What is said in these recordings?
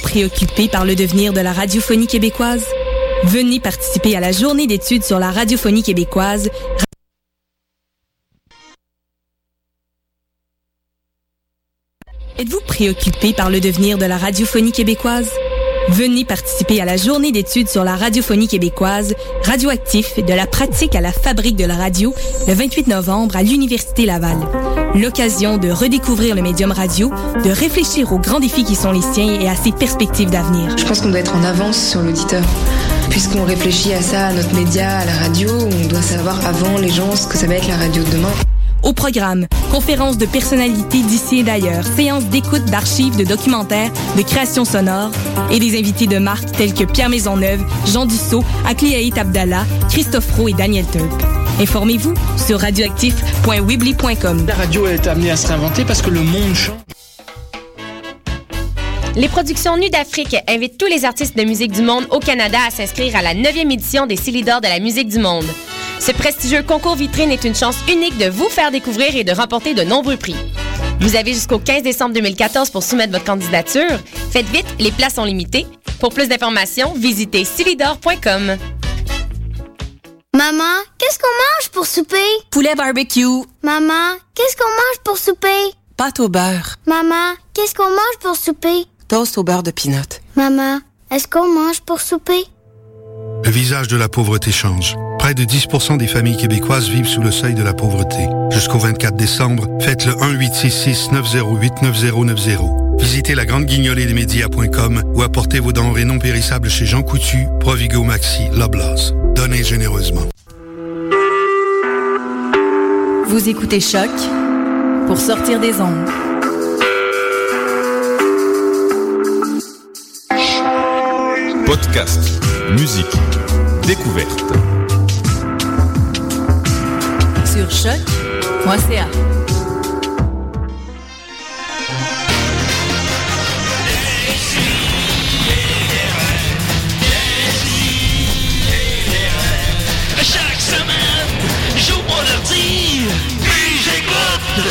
préoccupé par le devenir de la radiophonie québécoise? Venez participer à la journée d'études sur la radiophonie québécoise. Êtes-vous préoccupé par le devenir de la radiophonie québécoise? Venez participer à la journée d'études sur la radiophonie québécoise, radioactif, de la pratique à la fabrique de la radio, le 28 novembre à l'Université Laval. L'occasion de redécouvrir le médium radio, de réfléchir aux grands défis qui sont les siens et à ses perspectives d'avenir. Je pense qu'on doit être en avance sur l'auditeur. Puisqu'on réfléchit à ça, à notre média, à la radio, on doit savoir avant les gens ce que ça va être la radio de demain. Au programme, conférences de personnalités d'ici et d'ailleurs, séances d'écoute d'archives, de documentaires, de créations sonores et des invités de marque tels que Pierre Maisonneuve, Jean Dussault, Akli Abdallah, Christophe Roux et Daniel Turp. Informez-vous sur radioactif.weebly.com. La radio est amenée à se réinventer parce que le monde change. Les productions Nues d'Afrique invitent tous les artistes de musique du monde au Canada à s'inscrire à la 9e édition des Célidors de la musique du monde. Ce prestigieux concours vitrine est une chance unique de vous faire découvrir et de remporter de nombreux prix. Vous avez jusqu'au 15 décembre 2014 pour soumettre votre candidature. Faites vite, les places sont limitées. Pour plus d'informations, visitez célidor.com. Maman, qu'est-ce qu'on mange pour souper? Poulet barbecue. Maman, qu'est-ce qu'on mange pour souper? Pâte au beurre. Maman, qu'est-ce qu'on mange pour souper? Toast au beurre de peanut. Maman, est-ce qu'on mange pour souper? Le visage de la pauvreté change. Près de 10% des familles québécoises vivent sous le seuil de la pauvreté. Jusqu'au 24 décembre, faites le 1-866-908-9090. Visitez la grande guignolée des médias.com ou apportez vos denrées non périssables chez Jean Coutu, Provigo Maxi, Loblaws. Donnez généreusement. Vous écoutez Choc pour sortir des ondes. Podcast, musique, découverte. Sur choc.ca. Chaque semaine, j'ouvre mon ordi, puis j'écoute.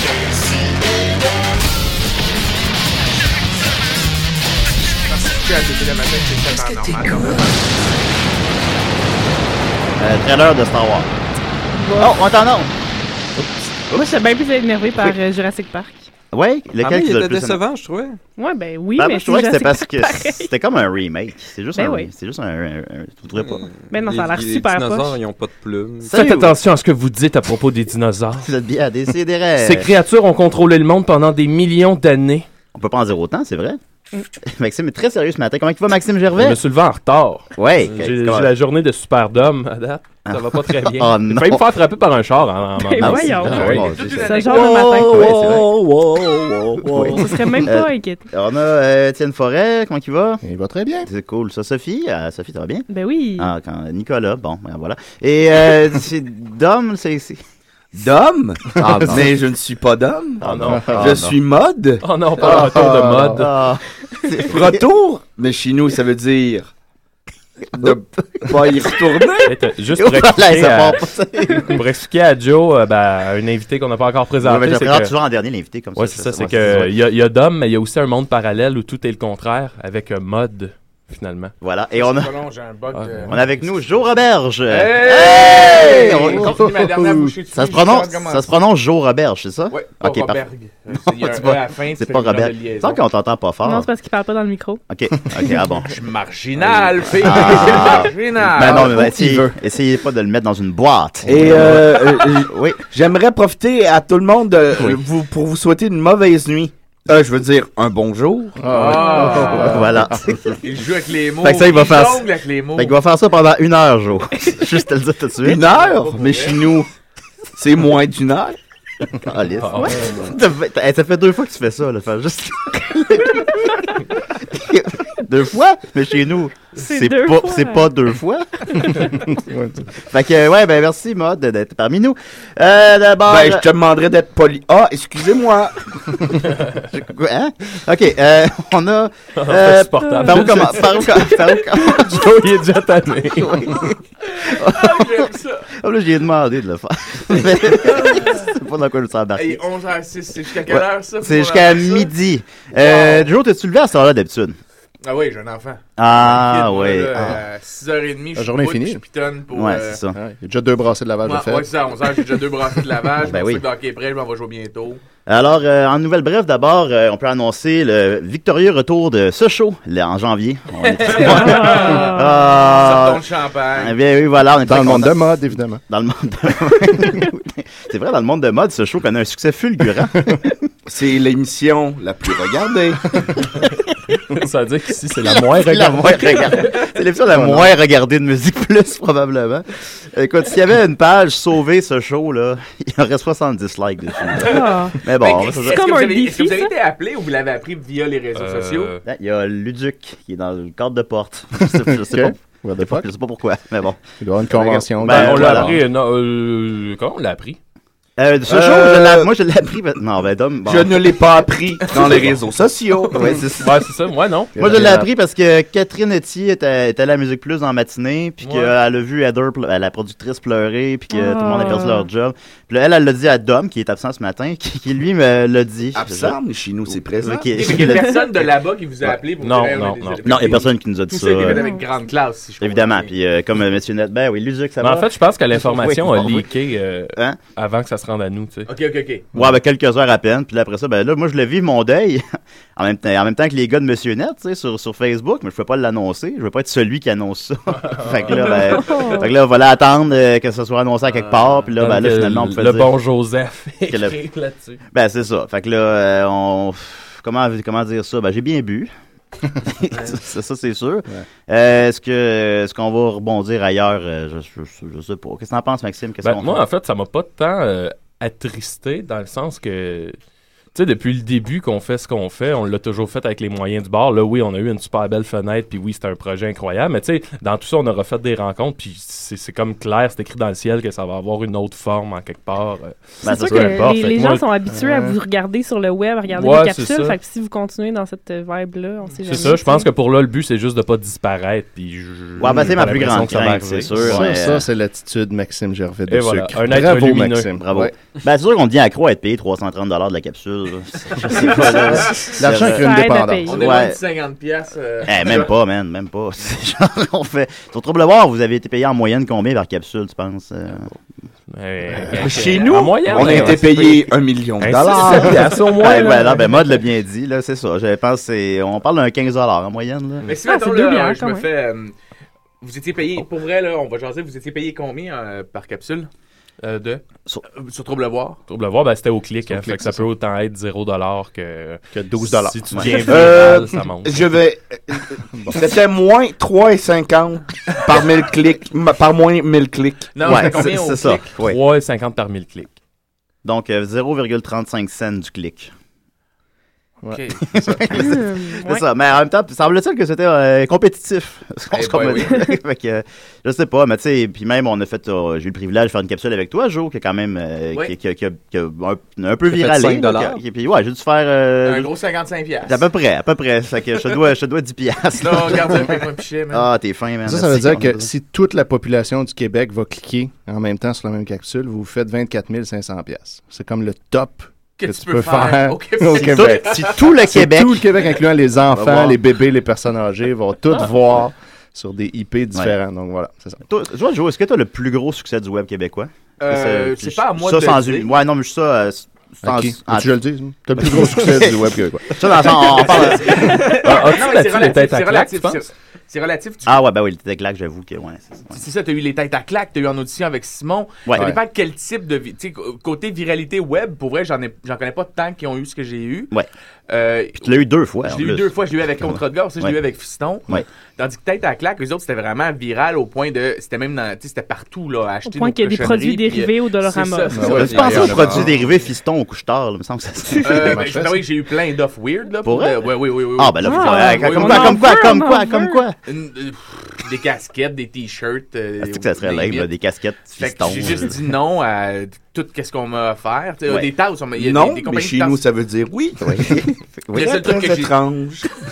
Trailer de Star Wars. Bon. Oh, on t'en a. Moi, je suis bien plus énervé par Jurassic Park. Ouais, lequel il était décevant, je trouvais. Ouais, ben oui, ben, mais je trouvais que c'était parce que pareil. c'était comme un remake. C'est juste ben un. Oui. C'est juste un tu trouvais pas? Ben non, ça a l'air super poche. Les dinosaures, ils n'ont pas de plumes. Faites attention à ce que vous dites à propos des dinosaures. Vous êtes bien à décider. Ces créatures ont contrôlé le monde pendant des millions d'années. On peut pas en dire autant, c'est vrai. Maxime est très sérieux ce matin. Comment il va, Maxime Gervais? Je me suis levé en retard. Ouais. J'ai la journée de Superdome à date. Ça va pas très bien. Oh, j'ai failli me faire frapper par un char en voyons. C'est genre le matin. Ouais, Ce serait même pas inquiétant. On a Étienne Forêt. Comment il va? Il va très bien. C'est cool. Ça, Sophie? Sophie, ça va bien? Ben oui. Nicolas, bon, voilà. Et c'est Dom, c'est... Dom? Mais je ne suis pas Dom. Oh non. Je suis mode. Oh non, pas retour de mode. Retour? Mais chez nous, ça veut dire de pas y retourner. Juste pour expliquer à Joe, un invité qu'on n'a pas encore présenté. Je présente toujours en dernier l'invité comme ça. Ouais, c'est ça. C'est qu'il y a Dom, mais il y a aussi un monde parallèle où tout est le contraire avec mode. Finalement. Voilà. Et on a. On a avec nous Joe Roberge. Hey! Ça se prononce Joe Roberge, c'est ça? Oui. Ok, Robert. C'est pas Robert. Sans qu'on t'entend pas fort. Non, c'est parce qu'il parle pas dans le micro. Ok, ah bon. Je suis marginal, fille. Marginal. Ben non, mais essayez pas de le mettre dans une boîte. Et oui. J'aimerais profiter à tout le monde pour vous souhaiter une mauvaise nuit. Je veux dire, un bonjour. Voilà. Il joue avec les mots. Fait que ça, il va faire avec les mots. Fait qu'il va faire ça pendant 1 heure, Joe. Juste te le dire tout de suite. 1 heure? Mais chez nous, c'est moins d'1 heure. Alice. Ça fait 2 fois que tu fais ça, là. Faire juste... 2 fois? Mais chez nous, c'est pas 2 fois. Fait que, merci, Maud, d'être parmi nous. D'abord... je te demanderais d'être poli. Ah, excusez-moi. Hein? OK, on a... par où commencer? Joe, il est déjà tanné. J'aime ça. Là, j'ai demandé de le faire. C'est pas dans quoi je me sens embarqué. Hey, 11h06, c'est jusqu'à quelle heure, ça? C'est jusqu'à midi. Joe, t'es-tu levé à cette heure-là, d'habitude? Ah oui, j'ai un enfant. Ah, oui. oui. À 6h30, La journée est finie. Je pitonne pour... Ouais, c'est ça. Il y a déjà 2 brassées de lavage de fait. Ouais, c'est ça. À 11h, j'ai déjà 2 brassées de lavage. Ben je oui. sais que l'hockey est prêt, je m'en vais jouer bientôt. Alors, en nouvelle bref, d'abord, on peut annoncer le victorieux retour de ce show en janvier. On est... Sortons le champagne. Eh bien, oui, voilà. On est Dans le monde de mode, évidemment. Dans le monde de C'est vrai, dans le monde de mode, ce show connaît un succès fulgurant. C'est l'émission la plus regardée. Ça veut dire qu'ici, c'est la moins regardée. La moins regardée. C'est l'émission la moins regardée de Musique Plus, probablement. Écoute, s'il y avait une page sauver ce show-là, il y aurait 70 likes dessus. Mais bon, est-ce que vous avez été appelé ou vous l'avez appris via les réseaux sociaux? Il y a Luduc qui est dans le cadre de porte. Je sais pas. Je sais pas pourquoi, mais bon. Il doit y avoir une convention. On l'a appris. Comment on l'a appris? Ce show, moi je l'ai appris. Non, ben Dom. Bon. Je ne l'ai pas appris dans les réseaux sociaux. Ouais, c'est ça. Moi, non. Moi, je l'ai appris parce que Catherine Etier était à la Musique Plus en matinée, puis qu'elle a vu Heather, la productrice, pleurer, puis que tout le monde a perdu leur job. Puis là, elle l'a dit à Dom, qui est absent ce matin, qui lui me l'a dit. Absent, mais chez nous, c'est présent. Okay. Il y a personne de là-bas qui vous a appelé pour Non, il n'y a personne qui nous a dit ça. Tout ça a été fait avec grande classe, si je comprends. Évidemment. Puis comme M. Net, ben oui, Luduc, ça va. En fait, je pense que l'information a leaké avant que ça se rende à nous, tu sais. OK. Ouais, ben quelques heures à peine. Puis là, après ça, ben là, moi, je l'ai vu mon deuil en même temps que les gars de Monsieur Net, tu sais, sur Facebook, mais je ne peux pas l'annoncer. Je veux pas être celui qui annonce ça. Fait que là, on va l'attendre que ça soit annoncé à quelque part. Puis là, ben là, finalement, on peut le bon Joseph écrit là-dessus. Ben, c'est ça. Fait que là, comment dire ça? Ben, j'ai bien bu. ça c'est sûr. Ouais. Est-ce qu'on va rebondir ailleurs? Je sais pas. Qu'est-ce que t'en penses, Maxime? Moi, en fait, ça m'a pas tant attristé dans le sens que, tu sais, depuis le début qu'on fait ce qu'on fait, on l'a toujours fait avec les moyens du bord. Là, oui, on a eu une super belle fenêtre, puis oui, c'était un projet incroyable, mais tu sais, dans tout ça, on aura fait des rencontres, puis c'est comme clair, c'est écrit dans le ciel que ça va avoir une autre forme en quelque part. C'est sûr que les gens sont habitués à vous regarder sur le web, à regarder les capsules, fait que si vous continuez dans cette vibe-là, on sait jamais. C'est ça, je pense que pour là, le but, c'est juste de pas disparaître, puis c'est ma plus grande crainte, c'est sûr. Ça, c'est l'attitude Maxime Gervais de voilà, sucre. un être Bravo, lumineux. Maxime. Bravo. Ouais. Ben, c'est sûr qu'on devient accro à être payé 330 $ de la capsule. Je sais pas, là. L'argent crée une dépendance. On est loin de 50$. Même pas, man. Même pas. Genre, on fait... Sur Trouble-Voir, vous avez été payé en moyenne combien par capsule, tu penses? Chez nous, on a été payé $1 million. Au moins. Mode l'a bien dit, là, c'est ça. Je pense on parle d'un 15$ en moyenne, là. Mais si maintenant, là, je me fais... Vous étiez payé, pour vrai, là, on va jaser, vous étiez payé combien par capsule? Sur Trouble-Voir? Trouble-Voir, ben, c'était au clic. Hein, fait que ça peut autant être $0 que $12. Si tu deviens viral, ça monte. C'était moins 3,50 par 1000 clics. Par moins 1000 clics. Non, c'était combien au clic? 3,50 par 1000 clics. Donc, 0,35 cents du clic. Ouais. Okay. C'est ça. Mais en même temps, semble-t-il que c'était compétitif. Fait que, je sais pas, mais tu sais, puis même on a fait, j'ai eu le privilège de faire une capsule avec toi, Jo, qui est quand même qui a un peu viralé. Puis ouais, j'ai dû faire un gros 55$. À peu près. Fait que je te dois 10$. Non, regarde, un pichet, man. Ah, t'es fin, man. Ça veut dire que si toute la population du Québec va cliquer en même temps sur la même capsule, vous faites 24 500$. C'est comme le top que tu peux faire au Québec. Si tout le Québec, incluant les enfants, les bébés, les personnes âgées, vont tout voir sur des IP différents. Donc voilà, c'est ça. Toi, Jo, est-ce que tu as le plus gros succès du web québécois? C'est pas à moi de le dire. Ouais, non, mais ça... Tu le dis, t'as le plus gros succès du web québécois. Ça, dans le sens, on parle... C'est relatif. Les têtes à claque, j'avoue que c'est ça, t'as eu les têtes à claque, t'as eu en audition avec Simon. Ça dépend de quel type de... Tu sais, côté viralité web, pour vrai, j'en connais pas tant qui ont eu ce que j'ai eu. Ouais. Puis tu l'as eu 2 fois. Je l'ai eu 2 fois. Je l'ai eu avec Contre de Gare, je l'ai eu avec Fiston. Ouais. Tandis que Tête à claque, les autres, c'était vraiment viral au point de... C'était même dans... Tu sais, c'était partout, là, à acheter. Au point qu'il y a des produits dérivés au Dollarama. Tu penses aux produits dérivés Fiston au couche-tard, il me semble que ça oui, j'ai eu plein d'offres weird, là. Pour vrai? Oui. Ah, ben là, comme quoi? Des casquettes, des t-shirts. Est-ce que ça serait lame, des casquettes Fiston? J'ai juste dit non à tout ce qu'on m'a offert. Des tasses. Non, mais chez nous, ça veut dire oui. Le seul truc que étrange.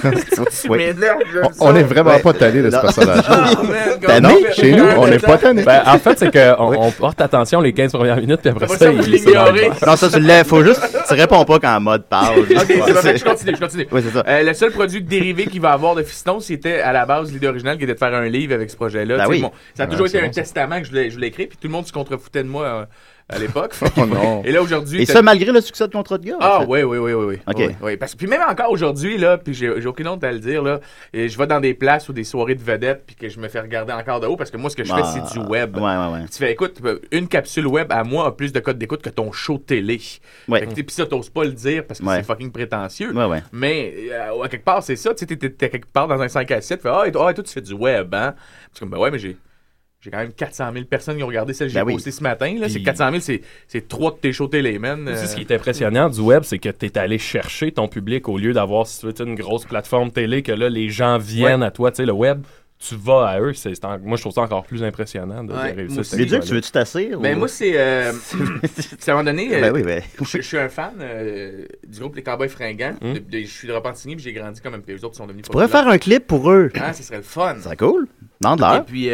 On est vraiment pas tanné de ce personnage. Tanné? Chez nous, on n'est pas tanné. Ben, en fait, c'est qu'on porte attention les 15 premières minutes, puis après ça, non, ça, tu l'as. Faut juste. Tu réponds pas quand Mode parle. Ok, je continue. Oui, c'est ça. Le seul produit dérivé qu'il va avoir de Fiston, c'était à la base l'idée originale qui était de faire un livre avec ce projet-là. Ben oui. Bon, ça a toujours été un testament que je voulais écrire, puis tout le monde se contrefoutait de moi à l'époque. Oh non. Et là, aujourd'hui. Et ça, malgré le succès de Contrat de gars. Ah, en fait. oui. OK. Oui. Parce que, puis même encore aujourd'hui, là, puis j'ai aucune honte à le dire, là, et je vais dans des places ou des soirées de vedettes, puis que je me fais regarder encore de haut, parce que moi, ce que je fais, c'est du web. Ouais. Tu fais, écoute, une capsule web, à moi, a plus de codes d'écoute que ton show télé. Ouais. Puis ça, t'oses pas le dire, parce que c'est fucking prétentieux. Ouais. Mais, à quelque part, c'est ça. Tu sais, t'es quelque part dans un 5 à 7, tu fais, toi, tu fais du web, hein? Puis comme, ben ouais, mais j'ai quand même 400 000 personnes qui ont regardé celle que j'ai postée ce matin. Là. C'est 400 000, c'est 3 de tes shows télé, man. Ce qui est impressionnant du web, c'est que tu es allé chercher ton public au lieu d'avoir, si tu veux, une grosse plateforme télé, que là, les gens viennent à toi. Tu sais, le web, tu vas à eux. Moi, je trouve ça encore plus impressionnant de réussir cette Luduc, tu veux-tu t'asseoir? Ben, moi, c'est à un moment donné, je suis un fan du groupe Les Cowboys Fringants. Je suis de Repentigny, puis j'ai grandi comme un peu. Eux autres sont devenus. Tu pourrais faire un clip pour eux. Ah, ce serait le fun. C'est cool. Non, de l'heure. Et puis,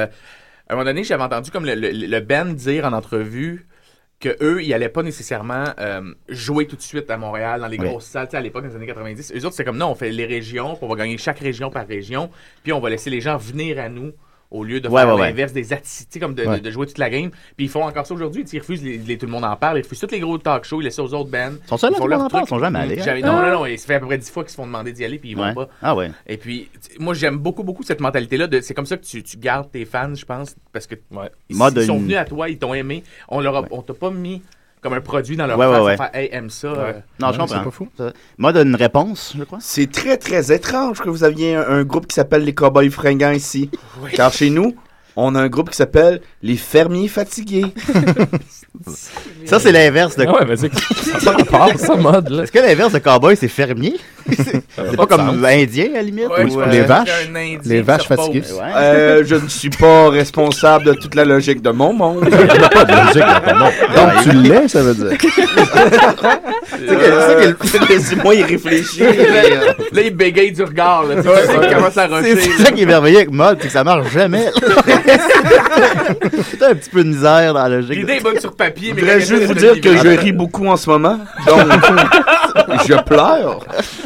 à un moment donné, j'avais entendu comme le band dire en entrevue que eux, ils allaient pas nécessairement jouer tout de suite à Montréal dans les grosses salles. À l'époque, dans les années 90, eux autres, c'est comme non, on fait les régions, puis on va gagner chaque région par région, puis on va laisser les gens venir à nous au lieu de faire l'inverse des attitudes, comme de jouer toute la game. Puis ils font encore ça aujourd'hui. Ils refusent, tout le monde en parle, ils refusent tous les gros talk shows, ils laissent ça aux autres bands. Ils sont seuls, tout le monde en parle, ils sont jamais allés. Non, ça fait à peu près 10 fois qu'ils se font demander d'y aller, puis ils vont pas. Ah ouais. Et puis, moi, j'aime beaucoup cette mentalité-là. C'est comme ça que tu gardes tes fans, je pense, parce que ils sont venus à toi, ils t'ont aimé. On t'a pas mis comme un produit dans leur face, faire hey, aime ça. Non, je comprends. C'est pas fou. Mode une réponse, je crois. C'est très, très étrange que vous aviez un groupe qui s'appelle les Cowboys Fringants ici. Oui. Car chez nous, on a un groupe qui s'appelle les Fermiers Fatigués. Ça, c'est l'inverse de... Ah ouais, mais c'est ça, Mode, là. Est-ce que l'inverse de cowboy, c'est fermier? C'est pas comme indien, à la limite? Ou les vaches? Les vaches fatiguées. Je ne suis pas responsable de toute la logique de mon monde. Il n'y a pas de logique dans ton monde. Donc, tu l'es, ça veut dire. C'est moi, il réfléchit. Là, il bégaye du regard. Là, il commence à rusher. C'est ça qui est merveilleux avec Mode, c'est que ça marche jamais. C'est un petit peu de misère dans la logique. L'idée est bonne sur papier, mais... Je voudrais juste vous dire que je ris beaucoup en ce moment. Donc, je pleure.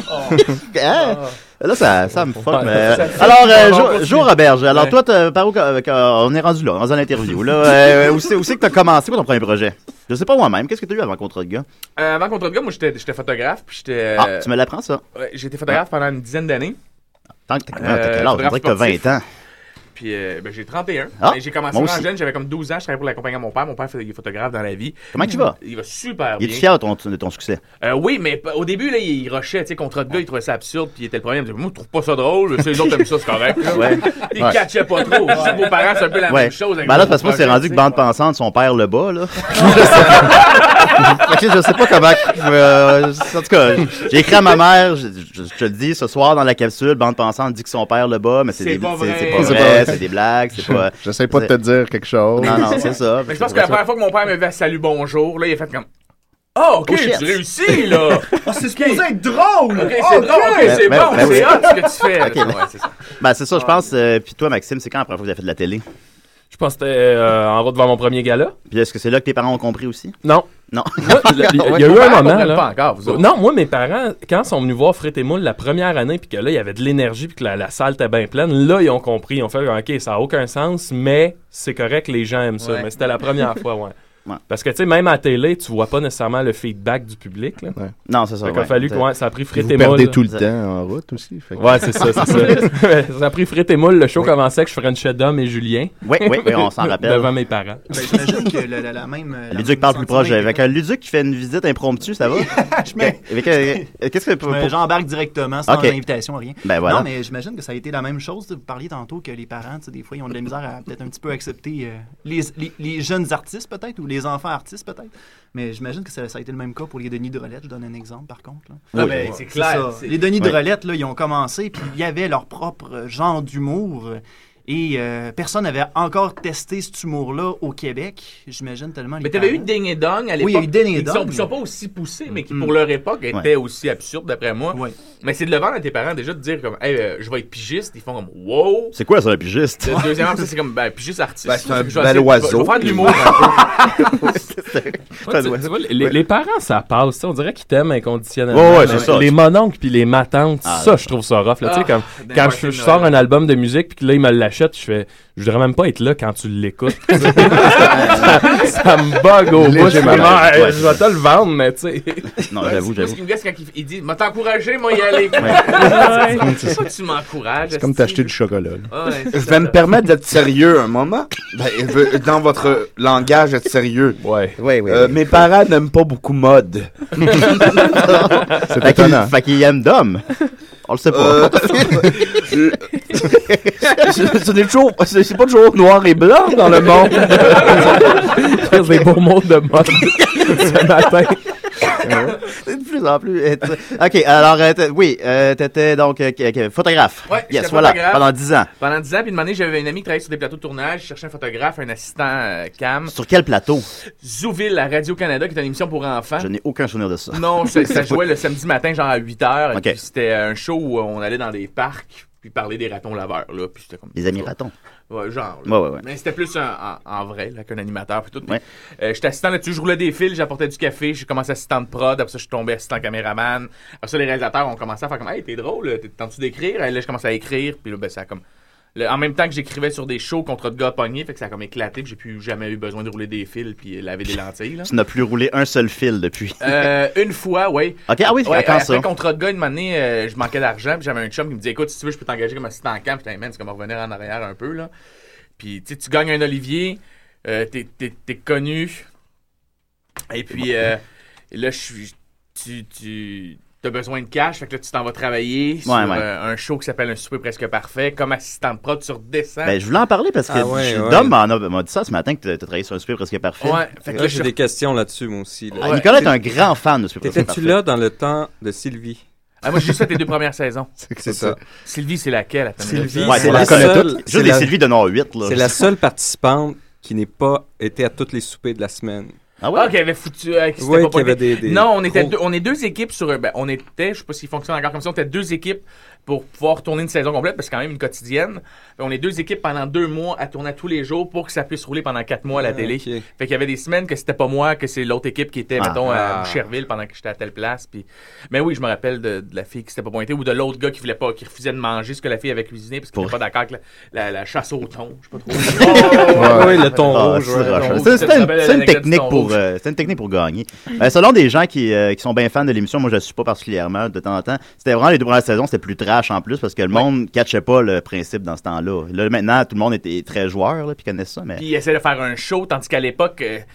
Là, ça me fuck. Alors, Jo Roberge, alors toi, par où on est rendu là, dans une interview. Là, où c'est que tu as commencé? C'est quoi ton premier projet? Je sais pas moi-même. Qu'est-ce que tu as eu avant Contrat de gars? Avant Contrat de gars, moi, j'étais photographe. Puis j'étais. Tu me l'apprends, ça? Ouais, j'ai été photographe pendant une dizaine d'années. Tant que t'as quel âge? On dirait que t'as 20 ans. Puis j'ai 31. Mais j'ai commencé vraiment jeune, j'avais comme 12 ans, je travaillais pour la compagnie à mon père. Mon père il est photographe dans la vie. Comment tu vas? Il va super bien. Il est fier de ton succès? Oui, mais au début, là, il rushait, tu sais, Contrat de gars, il trouvait ça absurde, puis il était le premier. Il me disait, moi, je trouve pas ça drôle, les autres aiment ça, c'est correct. Il catchait pas trop. Vos parents, c'est un peu la même chose. Ben là, parce que moi, c'est rendu que bande pensante, son père le bat, là. Je sais pas comment. En tout cas, j'ai écrit à ma mère, je te le dis, ce soir dans la capsule, bande pensante dit que son père le bat, mais c'est pas vrai, c'est des blagues, c'est pas. J'essaie pas de te dire quelque chose. Non, c'est ça. Mais je pense que la première fois que mon père me fait salut bonjour, là, il a fait comme. Ah, ok, tu réussis, là! C'est supposé être drôle! Ok, c'est drôle, c'est bon, c'est hot ce que tu fais. C'est ça. Ben, c'est ça, je pense. Puis toi, Maxime, c'est quand la première fois que vous avez fait de la télé? Je pense que c'était en route vers mon premier gala. Puis est-ce que c'est là que tes parents ont compris aussi? Non. Non. Il y a eu un moment, là. Pas encore, vous autres. Non, moi, mes parents, quand ils sont venus voir Frites et Moules la première année, puis que là, il y avait de l'énergie, puis que la salle était bien pleine, là, ils ont compris. Ils ont fait, OK, ça n'a aucun sens, mais c'est correct, les gens aiment ça. Mais c'était la première fois, Parce que, tu sais, même à la télé, tu vois pas nécessairement le feedback du public. Là. Non, c'est ça. Il a fallu que ça a pris Frites et Moules. Vous perdez tout le temps en route aussi. Ouais, c'est ça. Ça a pris Frites et Moules. Le show commençait que je frenchais Dom et Julien. Oui, on s'en rappelle. Devant mes parents. J'imagine que la même. Luduc parle plus proche. Avec un Luduc qui fait une visite impromptue, ça va? Qu'est-ce que. J'embarque directement sans invitation, rien. Ben voilà. Non, mais j'imagine que ça a été la même chose. Vous parliez tantôt que les parents, des fois, ils ont de la misère à peut-être un petit peu accepter les jeunes artistes, peut-être, ou les enfants artistes, peut-être. Mais j'imagine que ça a été le même cas pour les Denis Drolet. Je donne un exemple, par contre. Là. Oui, c'est clair. Les Denis Drolet, là, ils ont commencé, puis il y avait leur propre genre d'humour. Et personne n'avait encore testé cet humour-là au Québec, j'imagine tellement. Mais t'avais eu Ding et Dong à l'époque. Oui, il y a eu Ding et Dong. Qui sont pas aussi poussés, mais qui pour leur époque étaient aussi absurdes, d'après moi. Ouais. Mais c'est de le vendre à tes parents déjà, de dire comme, hey, je vais être pigiste. Ils font comme, wow. C'est quoi ça, un pigiste? Deuxièmement, c'est comme, pigiste artiste. C'est un bel oiseau. Je vais faire de l'humour un peu. Les parents, ça passe. On dirait qu'ils t'aiment inconditionnellement. Ouais, c'est ça. Les mononcles puis les matantes, ça, je trouve ça rough. Là, tu sais, comme quand je sors un album de musique puis que là, ils me l'achètent, je voudrais même pas être là quand tu l'écoutes. ça me bug au bout. Je vais te le vendre, mais tu sais. Non, j'avoue. Ce qui me gosse, c'est quand il dit, m'a t'encouragé, moi, y aller. Pourquoi tu m'encourages? C'est comme t'acheter du chocolat. Je vais me permettre d'être sérieux un moment. Dans votre langage, être sérieux. Oui. Mes parents n'aiment pas beaucoup mode. C'est étonnant. Fait qu'ils aiment Dom. On le sait pas. C'est pas toujours noir et blanc dans le monde. C'est des beaux mots de mode ce matin. C'est de plus en plus. OK, alors, t'étais donc photographe. Ouais, yes, voilà, photographe. pendant 10 ans. Pendant 10 ans, puis une année, j'avais une amie qui travaillait sur des plateaux de tournage. Je cherchais un photographe, un assistant cam. Sur quel plateau? Zouville, à Radio-Canada, qui est une émission pour enfants. Je n'ai aucun souvenir de ça. Non, ça jouait le samedi matin, genre à 8h. OK. Puis c'était un show où on allait dans des parcs, puis parler des ratons laveurs, là. Puis c'était comme... Les amis ratons. Ouais, genre. Ouais. Mais c'était plus en vrai, là, qu'un animateur. Puis tout. Ouais. J'étais assistant là-dessus, je roulais des fils, j'apportais du café, j'ai commencé assistant de prod, après ça, je suis tombé assistant caméraman. Après ça, les réalisateurs ont commencé à faire comme, hey, t'es drôle, t'es-tu d'écrire? Et là, je commençais à écrire, puis là, ça a comme. En même temps que j'écrivais sur des shows contre de gars pognés, fait que ça a comme éclaté, puis j'ai plus jamais eu besoin de rouler des fils puis laver des lentilles. Là. Tu n'as plus roulé un seul fil depuis. Une fois, oui. OK, ah oui, ouais, quand après, ça? contre de gars, une année, je manquais d'argent, puis j'avais un chum qui me disait, écoute, si tu veux, je peux t'engager comme assistant en camp. Puis man, c'est comme revenir en arrière un peu, là. Puis, tu sais, tu gagnes un Olivier, t'es connu, et puis, là, t'as besoin de cash, fait que là, tu t'en vas travailler sur un show qui s'appelle Un souper presque parfait, comme assistant de prod sur Descend. Ben, je voulais en parler parce que Dom m'a dit ça ce matin que tu as travaillé sur Un souper presque parfait. Ouais, fait que là, j'ai des questions là-dessus, moi aussi. Là. Nicolas est un grand fan de Ce souper presque parfait. T'étais-tu là dans le temps de Sylvie? Moi, j'ai juste fait les 2 premières saisons. C'est ça. Sylvie, c'est laquelle? Sylvie, c'est la seule. Juste des Sylvie de Nord 8. Là. C'est la seule participante qui n'est pas été à tous les soupers de la semaine. Ah ouais? Qui avait foutu. Oui, qui avait des. Non, on est 2 équipes sur. On était, je sais pas s'il fonctionne encore comme ça, on était 2 équipes pour pouvoir tourner une saison complète, parce que c'est quand même une quotidienne. On est 2 équipes pendant 2 mois à tourner tous les jours pour que ça puisse rouler pendant 4 mois à la télé. Okay. Fait qu'il y avait des semaines que c'était pas moi, que c'est l'autre équipe qui était, mettons, à Boucherville pendant que j'étais à telle place. Puis... Mais oui, je me rappelle de la fille qui s'était pas pointée ou de l'autre gars qui refusait de manger ce que la fille avait cuisiné parce qu'il n'était pas d'accord avec la chasse au thon. Je sais pas trop. Oui, le thon rouge. C'est une technique pour gagner. Selon des gens qui sont bien fans de l'émission, moi je ne suis pas particulièrement de temps en temps, c'était vraiment les 2 premières saisons, c'était plus trash en plus parce que le monde ne catchait pas le principe dans ce temps-là. Là, maintenant, tout le monde était très joueur puis connaissait ça. Mais... Puis ils essaient de faire un show, tandis qu'à l'époque,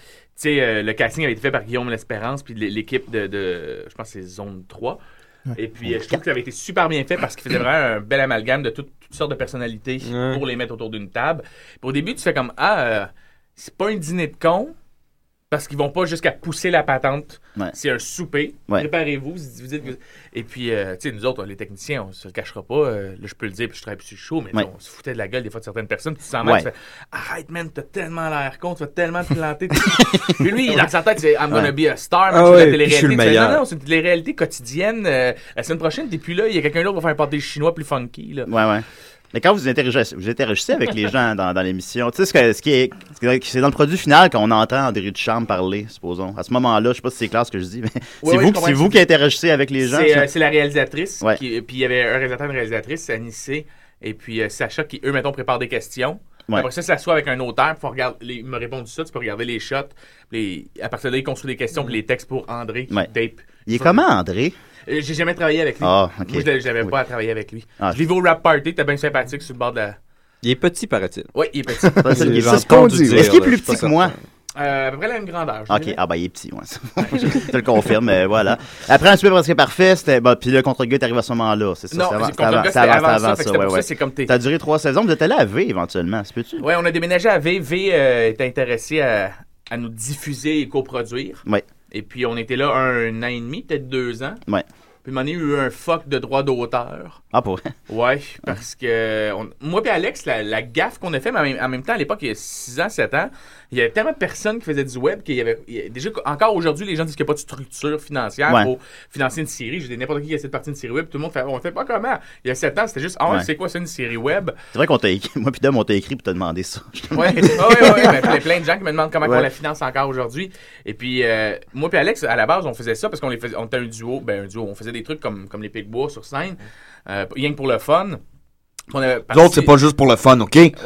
le casting avait été fait par Guillaume L'Espérance puis l'équipe de je pense que c'est Zone 3. Et puis, je trouve que ça avait été super bien fait parce qu'il faisait vraiment un bel amalgame de toutes sortes de personnalités pour les mettre autour d'une table. Puis au début, tu fais comme, c'est pas un dîner de con, parce qu'ils vont pas jusqu'à pousser la patente. Ouais. C'est un souper. Ouais. Préparez-vous. Vous dites que... Et puis, tu sais, nous autres, les techniciens, on se le cachera pas. Là, je peux le dire, puis je travaille plus sur le show, mais on se foutait de la gueule des fois de certaines personnes. Tu te sens mal, tu fais « Arrête, man, t'as tellement l'air con, tu vas tellement te planter. » Puis lui, dans sa tête, c'est « I'm gonna be a star. » la télé-réalité. Non, c'est une télé-réalité quotidienne. La semaine prochaine, t'es plus là. Il y a quelqu'un d'autre qui va faire un pâté chinois plus funky. Là. Ouais. Mais quand vous interagissez avec les gens dans l'émission, tu sais, c'est dans le produit final qu'on entend André Ducharme parler, supposons. À ce moment-là, je sais pas si c'est clair ce que je dis, mais c'est vous qui interagissez avec les gens. C'est la réalisatrice. Puis il y avait un réalisateur et une réalisatrice, Anissé, et puis Sacha, qui, eux, mettons, préparent des questions. Ouais. Après ça s'assoit avec un auteur pour regarder, il me répond ça, tu peux regarder les shots. À partir de là, il construit des questions, puis les textes pour André, qui tape. Il est comment, André? J'ai jamais travaillé avec lui. Ah, OK. Moi, je n'avais pas à travailler avec lui. Je l'ai vu au rap party, t'es bien sympathique sur le bord de la... Il est petit, paraît-il. Oui, il est petit. C'est ce qu'on dit. Est-ce qu'il est plus petit que moi? À peu près la même grandeur. OK, il est petit, je te le confirme, mais voilà. Après, un super presque parfait, c'était. Puis le contre-gars est arrivé à ce moment-là, c'est ça? Non, le contre-gars, c'était avant ça. C'est comme t'as duré 3 saisons, vous êtes allé à V éventuellement, c'est peux-tu? Oui, on a déménagé à V. V était intéressé à nous diffuser et coproduire. Oui. Et puis, on était là 1 an et demi, peut-être 2 ans. Oui. Puis, il y a eu un fuck de droit d'auteur. Ah, pour Ouais, parce que moi et Alex, la gaffe qu'on a fait, mais en même temps, à l'époque, il y a 6 ans, 7 ans, il y avait tellement de personnes qui faisaient du web qu'il y avait... Déjà, encore aujourd'hui, les gens disent qu'il n'y a pas de structure financière pour financer une série. J'ai dit n'importe qui essaie de partir une série web, tout le monde fait « On fait pas comment? » Il y a 7 ans, c'était juste « Ah, c'est quoi ça, une série web? » C'est vrai qu'on t'a écrit, moi puis Dom, on t'a écrit pour te demander ça. Oui, mais plein de gens qui me demandent comment on la finance encore aujourd'hui. Et puis, moi et Alex, à la base, on faisait ça parce qu'on était un duo. On faisait des trucs comme les Picbois sur scène, rien que pour le fun. Les autres, c'est pas juste pour le fun, OK? Ouais,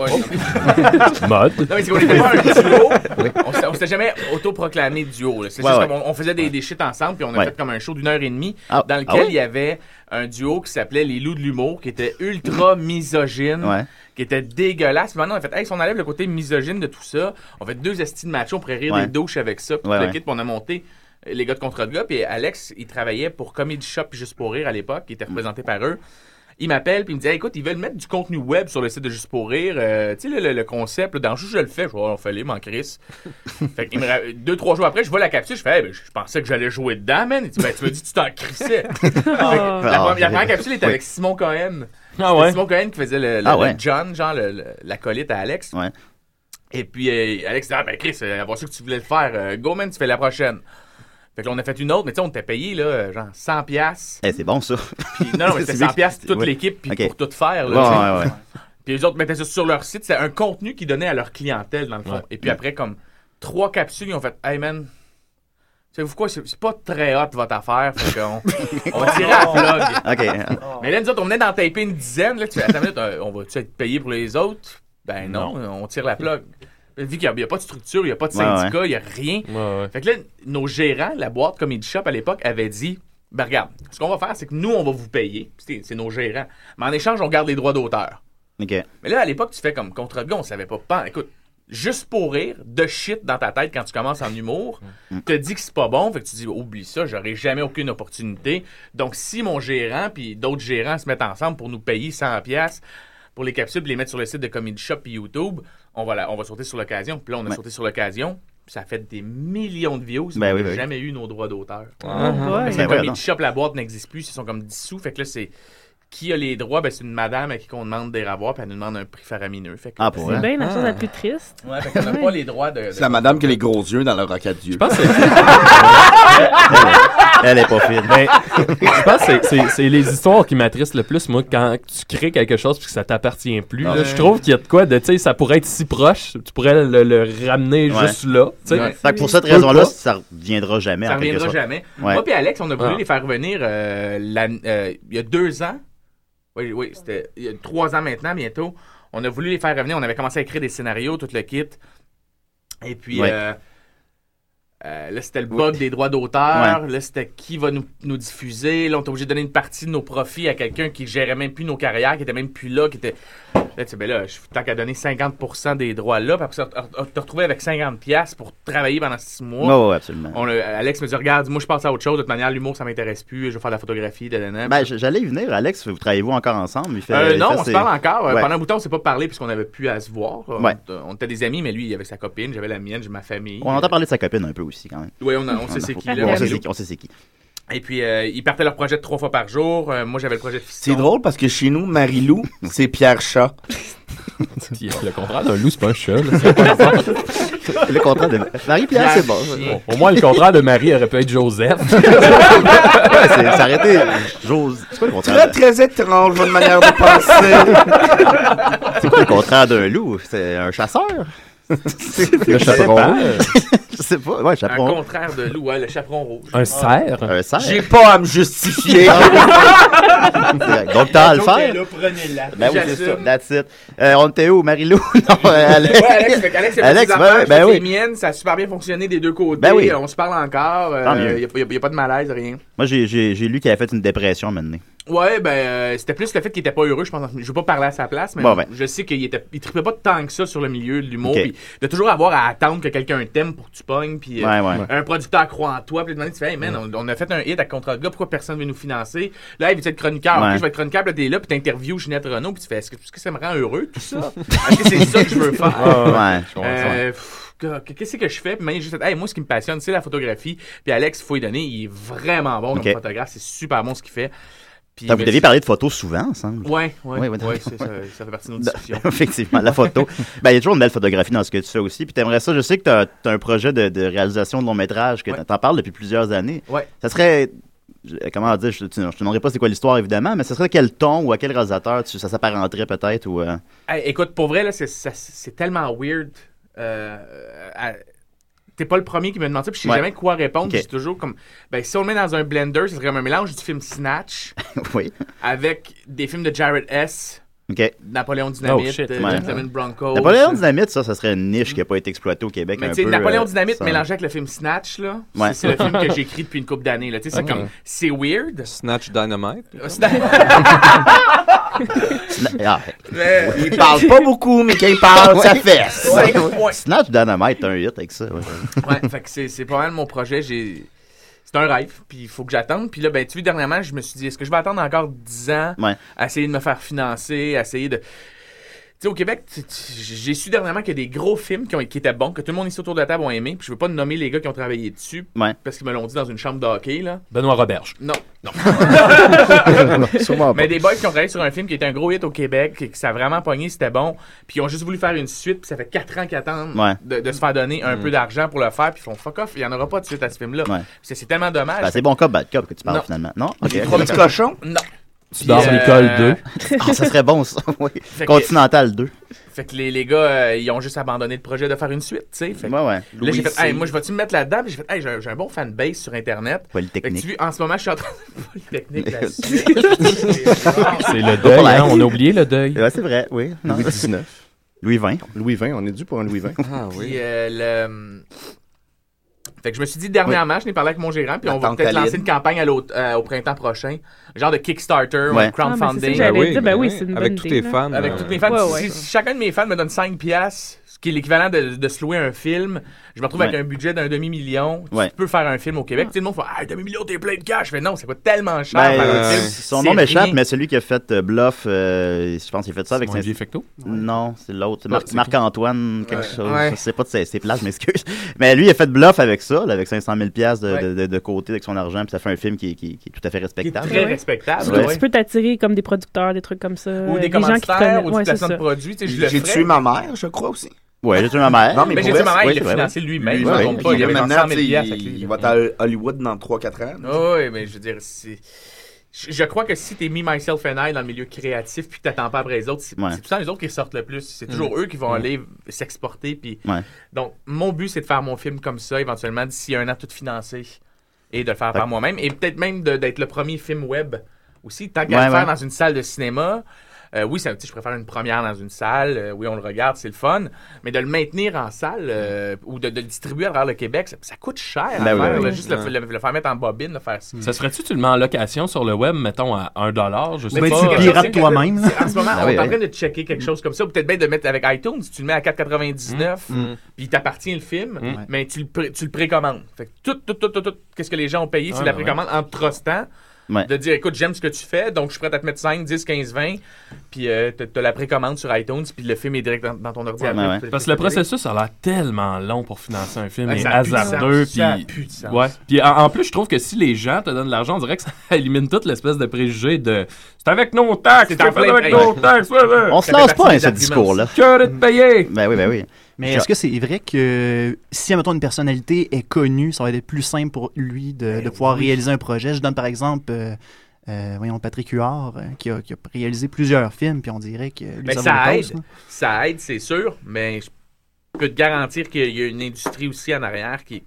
Mode. Non, mais c'est qu'on était pas un duo. On s'était jamais autoproclamé duo. Là. C'est juste comme on faisait des shit ensemble, puis on a fait comme un show d'1h30 dans lequel il y avait un duo qui s'appelait Les Loups de l'humour, qui était ultra misogyne, qui était dégueulasse. Puis maintenant, on a fait, hey, si on enlève le côté misogyne de tout ça, on fait 2 estis de macho, on pourrait rire des douches avec ça, puis le kit, puis on a monté les gars de Contre de gars, puis Alex, il travaillait pour Comedy Shop Juste pour rire à l'époque, qui était représenté par eux. Il m'appelle puis il me dit hey, écoute, ils veulent mettre du contenu web sur le site de Juste pour rire. Tu sais, le concept, là, dans Juste je le fais. Je vois, on fait les, m'en crisse. Fait que 2-3 jours après, je vois la capsule. Je fais je pensais que j'allais jouer dedans, man. Il dit tu me dis, tu t'en crissais. La première capsule était avec Simon Cohen. Simon Cohen qui faisait le John, genre l'acolyte à Alex. Ouais. Et puis Alex dit Chris, avoir su que tu voulais le faire, go man, tu fais la prochaine. Fait que là, on a fait une autre, mais tu sais, on t'était payé, là, genre 100$. C'est bon, ça. Puis, non, mais c'était 100$ toute l'équipe, puis pour tout faire, là. Ouais. Puis les autres mettaient ça sur leur site. C'était un contenu qu'ils donnaient à leur clientèle, dans le fond. Et puis après, comme 3 capsules, ils ont fait hey man, savez-vous quoi, c'est pas très hot votre affaire. Fait qu'on on va tirer à la plug. Mais là, nous autres, on venait d'en taper une dizaine. Là, tu fais attends une minute, on va-tu être payé pour les autres? Ben non, on tire la plug. Vu qu'il n'y a pas de structure, il n'y a pas de syndicat, il n'y a rien. Fait que là, nos gérants, la boîte Comedy Shop à l'époque, avaient dit ben regarde, ce qu'on va faire, c'est que nous, on va vous payer. C'est nos gérants. Mais en échange, on garde les droits d'auteur. Mais là, à l'époque, tu fais comme Contre de gars, on savait pas. Écoute, Juste pour rire, de shit dans ta tête quand tu commences en humour, te dis que c'est pas bon, fait que tu dis oublie ça, j'aurai jamais aucune opportunité. Donc si mon gérant puis d'autres gérants se mettent ensemble pour nous payer 100$ pour les capsules et les mettre sur le site de Comedy Shop et YouTube, on va sauter sur l'occasion. Puis là, on a sauté sur l'occasion. Ça fait des millions de views. On n'a jamais eu nos droits d'auteur. Comedy Shop, la boîte n'existe plus. Ils sont comme dissous. Fait que là, c'est... Qui a les droits? Ben, c'est une madame à qui on demande des ravoirs, puis elle nous demande un prix faramineux. Fait que, c'est bien la chose la plus triste. Ouais, fait qu'on n'a pas les droits de... C'est la madame qui a les gros yeux dans le roquette d'yeux. Je pense que elle est pas fine. Mais je pense que c'est les histoires qui m'attristent le plus, moi, quand tu crées quelque chose puis que ça t'appartient plus. Là, je trouve qu'il y a de quoi de, tu sais, ça pourrait être si proche, tu pourrais le ramener juste là. Fait que pour cette raison-là, ça reviendra jamais. Ça reviendra jamais. Moi et Alex, on a voulu les faire revenir il y a 2 ans. Oui, c'était il y a 3 ans maintenant, bientôt. On a voulu les faire revenir. On avait commencé à écrire des scénarios, tout le kit. Et puis, là, c'était le bug des droits d'auteur. Là, c'était qui va nous diffuser. Là, on était obligé de donner une partie de nos profits à quelqu'un qui gérait même plus nos carrières, qui était même plus là, qui était... Là, tu sais, ben là, tant qu'à donner 50% des droits là, puis après ça, te retrouver avec 50$ pour travailler pendant 6 mois. Oui, absolument. Alex me dit, regarde, moi, je passe à autre chose. De toute manière, l'humour, ça m'intéresse plus. Je vais faire de la photographie, Ben, j'allais y venir. Alex, vous travaillez-vous encore ensemble? Non, on se parle encore. Pendant un bout de temps, on s'est pas parlé puisqu'on avait plus à se voir. On était des amis, mais lui, il avait sa copine, j'avais la mienne, j'ai ma famille. On entend parler de sa copine un peu aussi, quand même. Oui, on sait c'est qui. On sait c'est qui. Et puis, ils partaient leur projet 3 fois par jour. Moi, j'avais le projet de fiston. C'est drôle parce que chez nous, Marie-Lou, c'est Pierre Chat. Le contraire d'un loup, c'est pas un chat. Le contraire de Marie-Pierre, c'est bon. Au moins, le contraire de Marie aurait pu être Joseph. Ça aurait été Joseph. C'est quoi le contraire? Très étrange, votre manière de penser. C'est quoi le contraire d'un loup? C'est un chasseur? Le chaperon. Je sais pas. Ouais, chaperon. Un contraire de loup, le chaperon rouge. Un cerf. Un cerf. J'ai pas à me justifier. Donc, t'as à le faire. Là, prenez-la. Ben oui, c'est ça. That's it. On était où, Marie-Lou? Non, Alex. Alex, les miennes, ça a super bien fonctionné des deux côtés. Ben oui. On se parle encore. Il n'y a pas de malaise, rien. Moi, j'ai lu qu'il avait fait une dépression maintenant. Ouais, c'était plus le fait qu'il était pas heureux, je pense. Je veux pas parler à sa place, mais je sais qu'il trippait pas tant que ça sur le milieu de l'humour. Puis de toujours avoir à attendre que quelqu'un t'aime pour que tu pognes. Puis un producteur croit en toi. Puis tu fais, hey man, on a fait un hit à Contre de gars, pourquoi personne veut nous financer? Là, il veut être chroniqueur. Ok, je vais être chroniqueur, puis là, t'es là, puis t'interviews Ginette Renault, puis tu fais, est-ce que ça me rend heureux, tout ça? Est-ce que c'est ça que je veux faire? qu'est-ce que je fais? Puis j'ai fait, hey, moi, ce qui me passionne, c'est la photographie. Puis Alex, il faut y donner, il est vraiment bon comme photographe. C'est super bon ce qu'il fait. Puis, vous deviez parler de photos souvent ensemble. Oui, ça fait partie de nos discussions. Effectivement, la photo. Il y a toujours une belle photographie dans ce que tu fais aussi. Puis t'aimerais ça, je sais que tu as un projet de réalisation de long métrage, que t'en parles depuis plusieurs années. Ouais. Ça serait, comment dire, je te demanderai pas c'est quoi l'histoire évidemment, mais ça serait quel ton ou à quel réalisateur ça s'apparenterait peut-être ou. Hey, écoute, pour vrai, là, c'est tellement weird. T'es pas le premier qui me demande ça, puis je sais jamais quoi répondre. C'est toujours comme, si on le met dans un blender, ce serait comme un mélange du film Snatch avec des films de Jared S. Napoléon Dynamite, Gentleman Broncos. Napoléon Dynamite, ça serait une niche qui n'a pas été exploitée au Québec. Mais tu sais, Napoléon Dynamite mélangé avec le film Snatch, là, c'est le film que j'ai écrit depuis une couple d'années. Tu sais, c'est comme, c'est weird. Snatch Dynamite. Il parle pas beaucoup, mais quand il parle, ça fesse. Snatch Dynamite, t'as un hit avec ça. Fait que c'est pas mal mon projet. C'est un rêve, puis il faut que j'attende. Puis là, tu vois, dernièrement, je me suis dit, est-ce que je vais attendre encore 10 ans à essayer de me faire financer, à essayer de... Tu sais, au Québec, j'ai su dernièrement qu'il y a des gros films qui étaient bons, que tout le monde ici autour de la table ont aimé, puis je veux pas nommer les gars qui ont travaillé dessus, parce qu'ils me l'ont dit dans une chambre de hockey, là. Benoît Roberge. Non. Mais des boys qui ont travaillé sur un film qui était un gros hit au Québec, que ça a vraiment pogné, c'était bon, puis ils ont juste voulu faire une suite, puis ça fait 4 ans qu'ils attendent de se faire donner un peu d'argent pour le faire, puis ils font fuck off, il y en aura pas de suite à ce film-là. C'est tellement dommage. C'est bon cop, bad cop que tu parles finalement. Non? Okay. 3 petits cochons? Non. Tu dors l'école 2. Ça serait bon, ça. Oui. Continental 2. Fait que les gars, ils ont juste abandonné le projet de faire une suite, tu sais. Là, j'ai fait, hey, moi, je vais-tu me mettre là-dedans? Puis j'ai fait, hey, j'ai un bon fanbase sur Internet. Polytechnique. Fait que en ce moment, je suis en train de... Polytechnique, la suite. C'est le deuil, hein? On a oublié le deuil. Ouais, c'est vrai, oui. Louis XIX. Louis XX. Louis XX, on est dû pour un Louis XX. Ah oui. Fait que je me suis dit dernièrement, je n'ai parlé avec mon gérant, puis on va peut-être lancer une campagne au printemps prochain, genre de Kickstarter ou crowdfunding. C'est une bonne avec tous tes fans. Avec tous mes fans. Si chacun de mes fans me donne 5$, ce qui est l'équivalent de se louer un film, je me retrouve avec un budget d'un $500,000. Tu peux faire un film au Québec. Tout le monde fait « $500,000, t'es plein de cash! » Je fais « Non, ça coûte tellement cher faire un film. » Son nom m'échappe, mais celui qui a fait Bluff, je pense qu'il a fait ça avec... Olivier Fecteau? Non, c'est l'autre. Marc-Antoine, quelque chose. Je sais pas de ses places, je m'excuse. Mais lui, il a fait Bluff avec ça, avec 500 000$ de côté avec son argent, puis ça fait un film qui est tout à fait respectable. Très respectable. Tu peux t'attirer comme des producteurs, des trucs comme ça. Ou des commanditaires, ou du placement de produits. J'ai tué ma mère, je crois aussi. Ouais, j'ai tué ma mère. Non, mais j'ai tué ma mère, il l'a financé lui-même. Il va à Hollywood dans 3-4 ans. Oui, mais je veux dire, je crois que si t'es me, myself and I dans le milieu créatif puis que t'attends pas après les autres, c'est tout le temps les autres qui sortent le plus. C'est toujours eux qui vont aller s'exporter. Puis donc, mon but, c'est de faire mon film comme ça, éventuellement, d'ici 1 an, tout financé. Et de le faire par moi-même. Et peut-être même d'être le premier film web aussi. Tant qu'à le faire dans une salle de cinéma... oui, je préfère une première dans une salle. Oui, on le regarde, c'est le fun. Mais de le maintenir en salle ou de le distribuer à travers le Québec, ça coûte cher à faire. Juste le faire mettre en bobine, le faire... Ça se ferait-tu, tu le mets en location sur le web, mettons, à $1, je sais pas. Tu pirates toi-même. En ce moment, on est en train de checker quelque chose comme ça. Ou peut-être bien de mettre avec iTunes, tu le mets à $4,99, puis il t'appartient le film, mais tu le précommandes. Fait que tout, qu'est-ce que les gens ont payé, tu la précommandes en trustant. De dire, écoute, j'aime ce que tu fais, donc je suis prêt à te mettre 5, 10, 15, 20, puis t'as la précommande sur iTunes, puis le film est direct dans ton ordinateur. Parce que le processus a l'air tellement long pour financer un film, et hasardeux, puis... Puis en plus, je trouve que si les gens te donnent de l'argent, on dirait que ça élimine toute l'espèce de préjugé de « C'est avec nos taxes, c'est avec nos taxes! » On se lance pas à ce discours-là. Que de te payer! Ben oui. Mais est-ce que c'est vrai que si, admettons, une personnalité est connue, ça va être plus simple pour lui de pouvoir réaliser un projet? Je donne par exemple, Patrick Huard, qui a réalisé plusieurs films, puis on dirait que lui, ça aide, c'est sûr, mais je peux te garantir qu'il y a une industrie aussi en arrière qui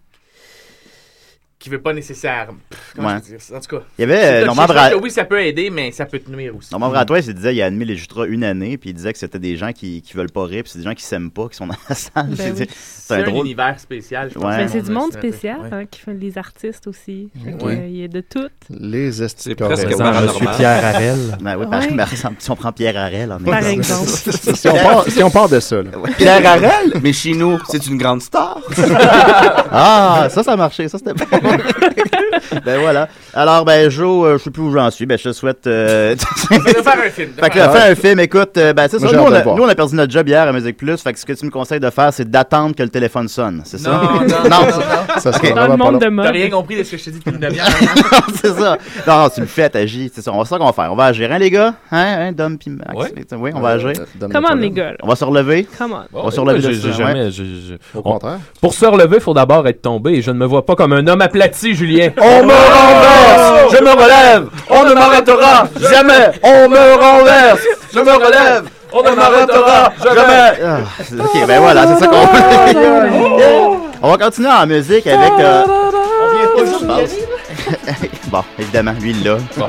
veut pas nécessairement. Comment je veux dire? En tout cas, il y avait oui, ça peut aider, mais ça peut te nuire aussi. Normand Bratois, il disait il a admis les Jutras 1 année, puis il disait que c'était des gens qui veulent pas rire, puis c'est des gens qui s'aiment pas, qui sont dans la salle. C'est un univers spécial, je pense. C'est du monde spécial qui fait les artistes aussi. Il y a de tout. Les estimes. C'est presque Monsieur Pierre Harel. Si on prend Pierre Harel, par exemple. Si on part de ça. Pierre Harel, mais chez nous, c'est une grande star. Ah, ça a marché. Ça, c'était bon. Ben voilà. Alors, ben Joe, je sais plus où j'en suis. Ben je te souhaite... de faire un film. Fait que là, fais un film. Écoute, ben c'est ça. Nous, on a perdu notre job hier à Musique Plus. Fait que ce que tu me conseilles de faire, c'est d'attendre que le téléphone sonne. C'est ça? Non. Ça serait Dans le monde de mode. T'as rien compris de ce que je t'ai dit depuis une demi-heure. C'est ça. Non, tu le fais, t'agis. C'est ça. On va ça qu'on va faire. On va agir, hein, les gars? Hein, Dom pis Max? Oui, on va agir. Come on, les gars. On va se relever. Come on. On va se relever. Au contraire. Pour se relever, il faut d'abord être tombé. Et je ne me vois pas comme un homme aplati, Julien. On me renverse, je me relève, on ne m'arrêtera jamais. On me renverse, je me relève, on ne m'arrêtera jamais. Ok, ben voilà, c'est ça qu'on va. On va continuer en musique avec. Bon, évidemment, lui là. Bon.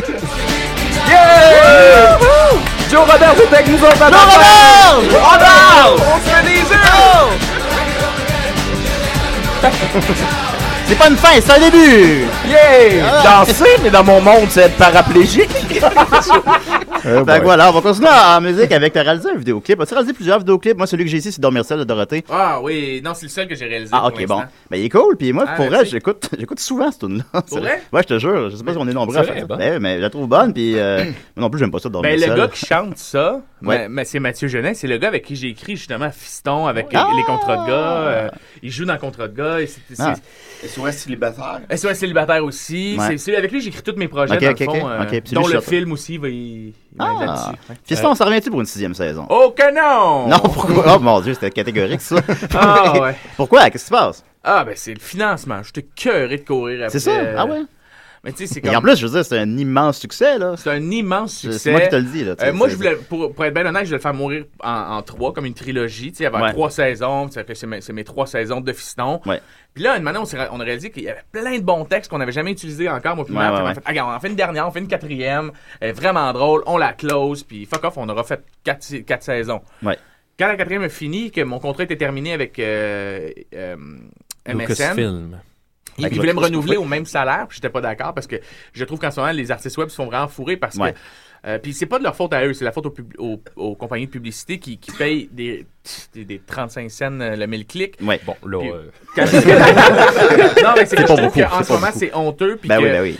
Yeah! Joe Robert est avec nous autres. Joe Robert! On se fait des yeux! C'est pas une fin, c'est un début! Yeah! Danser, mais dans mon monde, c'est être paraplégique. Fait que voilà, on va continuer en musique avec. T'as réalisé un vidéoclip. As-tu réalisé plusieurs vidéoclips? Moi, celui que j'ai ici, c'est Dormir seul de Dorothée. Ah oui, non, c'est le seul que j'ai réalisé. Ah, ok, bon. Ben, il est cool. Puis moi, pour vrai, j'écoute souvent ce tune-là. Pour vrai? Ouais, je te jure. Je sais pas si on est nombreux à faire ça. Mais je la trouve bonne. Puis moi non plus, j'aime pas ça de Dormir seul. Le gars qui chante ça, mais c'est Mathieu Genet. C'est le gars avec qui j'ai écrit justement Fiston avec les contrats de gars. Il joue dans Contrats de gars. SOS célibataire. SOS célibataire aussi. C'est avec lui que j'écris tous mes projets dans le fond. Dont le film aussi va y être là-dessus. Fiston, ça revient-tu pour une 6e saison? Oh que non! Non, pourquoi? Oh mon Dieu, c'était catégorique ça. Ah ouais. Pourquoi? Qu'est-ce qui se passe? Ah ben c'est le financement. Je t'ai cœuré de courir après. C'est ça? Ah ouais? Mais tu sais, c'est comme... Et en plus, je veux dire, c'est un immense succès, là. C'est un immense succès. C'est moi qui te le dis, là. Moi, je voulais, pour être bien honnête, je voulais le faire mourir en 3, comme une trilogie. Tu sais, il y avait 3 saisons. C'est mes 3 saisons de Fiston. Ouais. Puis là, maintenant, on a réalisé qu'il y avait plein de bons textes qu'on n'avait jamais utilisés encore. Moi, puis regarde, on en fait une dernière, on fait une 4e. Elle est vraiment drôle. On la close. Puis fuck off, on aura fait 4 saisons. Ouais. Quand la 4e a fini, que mon contrat était terminé avec MSN. Lucasfilm. Il voulait me renouveler au même salaire, puis j'étais pas d'accord parce que je trouve qu'en ce moment, les artistes web se font vraiment fourrer parce que. Puis c'est pas de leur faute à eux, c'est la faute aux compagnies de publicité qui payent des 35 cents le 1000 clics. Ouais. Bon, là. Non, mais c'est que je trouve qu'en ce moment, c'est honteux. Puis oui.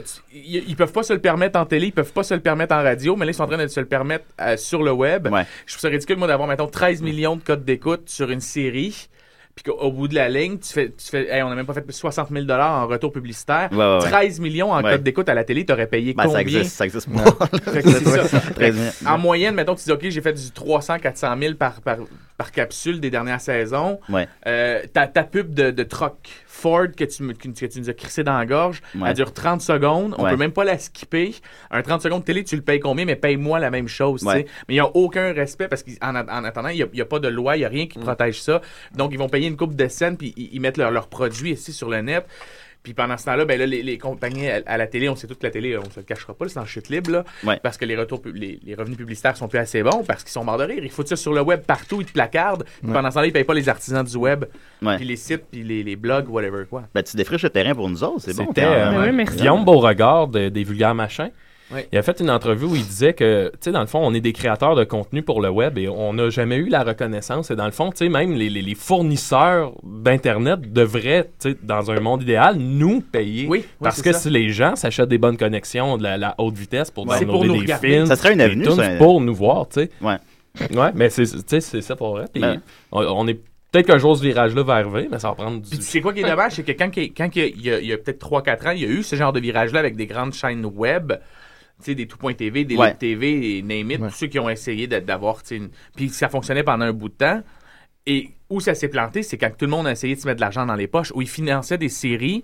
Ils peuvent pas se le permettre en télé, ils peuvent pas se le permettre en radio, mais là, ils sont en train de se le permettre sur le web. Ouais. Je trouve ça ridicule, moi, d'avoir, mettons, 13 millions de codes d'écoute sur une série. Puis qu'au bout de la ligne, tu fais hey, on n'a même pas fait 60 000 $ en retour publicitaire. 13 millions en code d'écoute à la télé, t'aurais payé combien? Ça existe pas. C'est ça. En moyenne, mettons, tu dis, OK, j'ai fait du 300-400 000 par capsule des dernières saisons. Ouais. Ta pub de troc Ford que tu nous as crissé dans la gorge, elle dure 30 secondes. On peut même pas la skipper. Un 30 secondes de télé, tu le payes combien? Mais paye-moi la même chose. Mais il n'y a aucun respect parce qu'en attendant, il n'y a pas de loi, il n'y a rien qui protège ça. Donc, ils vont payer une coupe de scènes puis ils mettent leurs produits ici sur le net. Puis pendant ce temps-là, ben là, les compagnies à la télé, on sait toute la télé, on se le cachera pas, c'est en chute libre, là, parce que les revenus publicitaires sont plus assez bons, parce qu'ils sont morts de rire. Ils foutent ça sur le web partout, ils te placardent. Puis pendant ce temps-là, ils payent pas les artisans du web, puis les sites, puis les blogs, whatever, quoi. Ben, tu défriches le terrain pour nous autres, c'est bon. C'était Guillaume Beauregard des Vulgaires Machins. Oui. Il a fait une entrevue où il disait que, tu sais, dans le fond, on est des créateurs de contenu pour le web et on n'a jamais eu la reconnaissance. Et dans le fond, tu sais, même les fournisseurs d'Internet devraient, tu sais, dans un monde idéal, nous payer. Oui, parce que si les gens s'achètent des bonnes connexions, de la haute vitesse pour downloader des films, ça serait une avenue pour nous voir, tu sais. Ouais, mais c'est ça pour vrai. Puis on est peut-être qu'un jour ce virage-là va arriver, mais ça va prendre du... Puis c'est quoi qui est dommage, c'est que quand il y a peut-être 3-4 ans, il y a eu ce genre de virage-là avec des grandes chaînes web, tu sais, des tout.tv, des Lib TV, et name it, tous ceux qui ont essayé d'avoir, tu sais, puis ça fonctionnait pendant un bout de temps. Et où ça s'est planté, c'est quand tout le monde a essayé de se mettre de l'argent dans les poches, où ils finançaient des séries.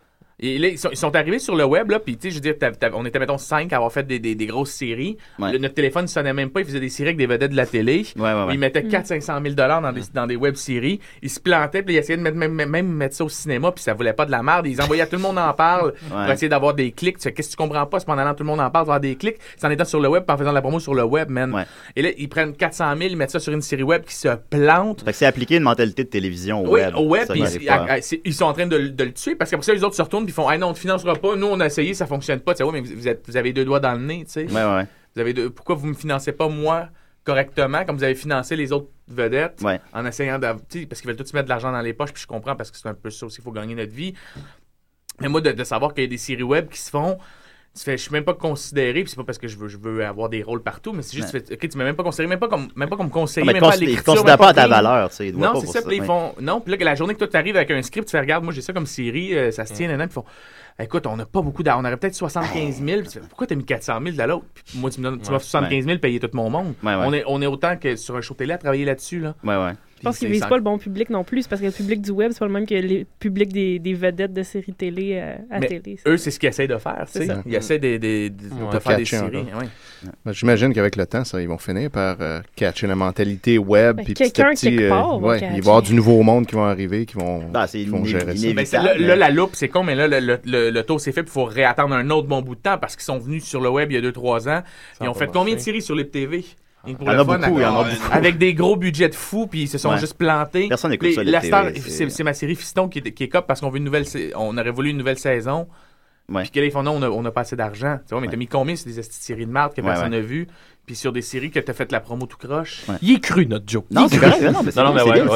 Et là, ils sont arrivés sur le web, là, puis tu sais, je veux dire, on était, mettons, 5 à avoir fait des grosses séries. Notre téléphone ne sonnait même pas, ils faisaient des séries avec des vedettes de la télé. Ils mettaient 400-500 000 $ dans des web-séries. Ils se plantaient, puis ils essayaient de mettre ça au cinéma, puis ça voulait pas de la merde. Ils envoyaient à tout le monde en parle pour essayer d'avoir des clics. Tu sais, qu'est-ce que tu comprends pas? C'est pendant que tout le monde en parle, avoir des clics. C'est en étant sur le web, puis en faisant de la promo sur le web, man. Et là, ils prennent 400 000, ils mettent ça sur une série web qui se plante. Fait que c'est appliquer une mentalité de télévision au web. Au web, ils sont en train de le tuer, parce qu'après ça, les autres se retournent, puis font, non, on te financera pas. Nous, on a essayé, ça fonctionne pas. Tu sais, mais vous avez 2 doigts dans le nez, tu sais. Vous avez pourquoi vous me financez pas, moi, correctement, comme vous avez financé les autres vedettes, en essayant parce qu'ils veulent tous se mettre de l'argent dans les poches, puis je comprends, parce que c'est un peu ça aussi, il faut gagner notre vie. Mais moi, de savoir qu'il y a des séries web qui se font, tu fais, je suis même pas considéré, puis c'est pas parce que je veux avoir des rôles partout, mais c'est juste, tu m'as même pas considéré, même pas comme conseiller, même pas à l'écriture. Ils considèrent pas ta valeur, tu sais. Non, c'est ça, puis ils font, non, puis là, la journée que toi, tu arrives avec un script, tu fais, regarde, moi, j'ai ça comme série, ça se tient, puis ils font, écoute, on n'a pas beaucoup d'argent, on aurait peut-être 75 000, puis tu fais, pourquoi t'as mis 400 000 de l'autre? Puis moi, tu m'offres 75 000, payer tout mon monde. On est autant que sur un show télé à travailler là-dessus, là. Je pense qu'ils visent pas le bon public non plus, parce que le public du web, c'est pas le même que le public des vedettes de séries télé à télé. Eux, c'est ce qu'ils essayent de faire, tu sais. Ils essaient de faire des séries. Ben, j'imagine qu'avec le temps, ils vont finir par catcher la mentalité web. Puis quelqu'un quelque part il va y avoir du nouveau monde qui vont arriver, qui vont gérer ça. Là, la loupe, c'est con, mais là, le tour s'est fait, puis il faut réattendre un autre bon bout de temps, parce qu'ils sont venus sur le web il y a 2-3 ans. Ils ont fait combien de séries sur les TV? Il y en a beaucoup. Avec des gros budgets de fous, puis ils se sont juste plantés. Personne n'écoute ça. La star, c'est ma série Fiston qui est cop parce qu'on veut on aurait voulu une nouvelle saison. Puis que là, ils font non, on n'a pas assez d'argent. Tu vois, mais t'as mis combien sur des séries de marde que personne n'a vu? Puis sur des séries que t'as fait la promo tout croche. Il est cru, notre Joe. Non, c'est correct. Non, mais